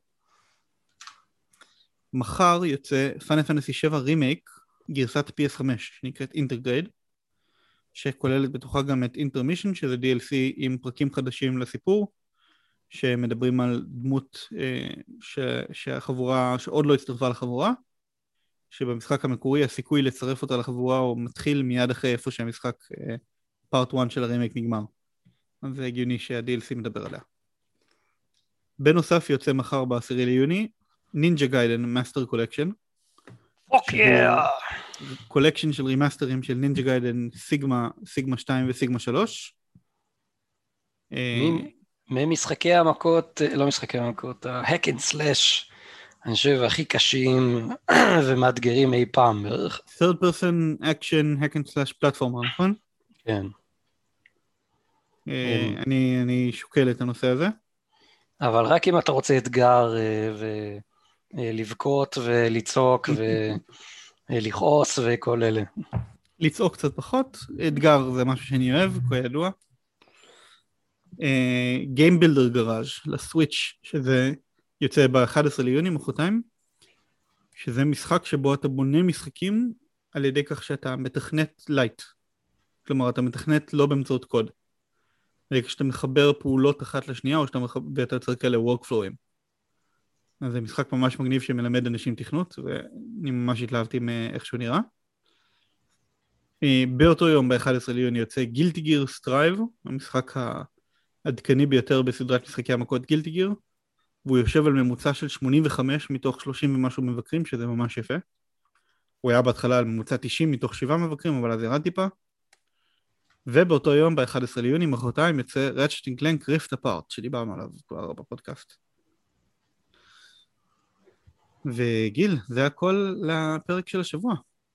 מחר יוצא Final Fantasy שבע רימייק, גרסת פי אס חמש, שנקראת Intergrade, שכוללת בתוכה גם את Intermission, שזה די אל סי עם פרקים חדשים לסיפור, שמדברים על דמות ש... שהחבורה, שעוד לא הצטרפה לחבורה, שבמשחק המקורי הסיכוי לצרף אותה לחבורה הוא מתחיל מיד אחרי איפה שהמשחק פארט אחת של הרימייק נגמר. אז זה הגיוני שה-די אל סי מדבר עליה. בנוסף יוצא מחר בעשירי ליוני, נינג'ה גיידן מאסטר קולקשן. פוק יא! קולקשן של רימאסטרים של נינג'ה גיידן סיגמה, סיגמה שתיים וסיגמה שלוש. ממשחקי המכות, לא משחקי המכות, ה-hack and slash, אני חושב הכי קשים ומאתגרים אי פעם בערך. third person action hack and slash platformer, נכון? כן. אני, אני שוקל את הנושא הזה. אבל רק אם אתה רוצה אתגר ולבכות ולצעוק ולכעוס וכל אלה. לצעוק קצת פחות, אתגר זה משהו שאני אוהב, כידוע. Game Builder Garage לסוויץ', שזה יוצא ב-אחד עשר ליוני מחרתיים, שזה משחק שבו אתה בונה משחקים על ידי כך שאתה מתכנת לייט. כלומר, אתה מתכנת לא באמצעות קוד. כשאתה מחבר פעולות אחת לשנייה, או שאתה מחבר, ואתה יוצר כאלה וורקפלואים. אז זה משחק ממש מגניב שמלמד אנשים תכנות, ואני ממש התלהבתי מאיך שהוא נראה. באותו יום, ב-אחד עשר ליוני, יוצא Guilty Gear Strive, המשחק העדכני ביותר בסדרת משחקי המכות Guilty Gear, והוא יושב על ממוצע של שמונים וחמש מתוך שלושים ומשהו מבקרים, שזה ממש יפה. הוא היה בהתחלה על ממוצע תשעים מתוך שבעה מבקרים, אבל אז ירד טיפה. ובאותו יום, ב-אחד עשר ליוני, מחרתיים, יצא Ratchet and Clank Rift Apart, שדיברנו עליו כבר בפודקאסט. וגיל, זה הכל לפרק של השבוע.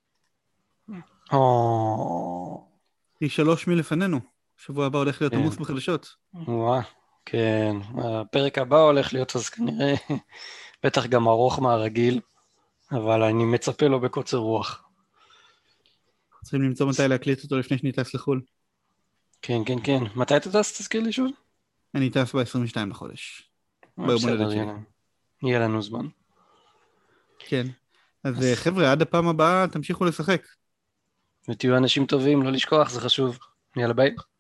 היא שלוש מלפנינו. השבוע הבא הולך להיות עמוס בחדשות. וואה, כן. הפרק הבא הולך להיות אז כנראה, בטח גם ארוך מהרגיל, אבל אני מצפה לו בקוצר רוח. צריכים למצוא מתי להקליט אותו לפני שאני טס לחול. כן, כן, כן. מתי אתה טס? תזכיר לי שוב? אני טס ב-עשרים ושניים לחודש. בסדר, יהיה לנו זמן. כן. אז חבר'ה, עד הפעם הבאה תמשיכו לשחק. ותהיו אנשים טובים, לא לשכוח, זה חשוב. יאללה ביי.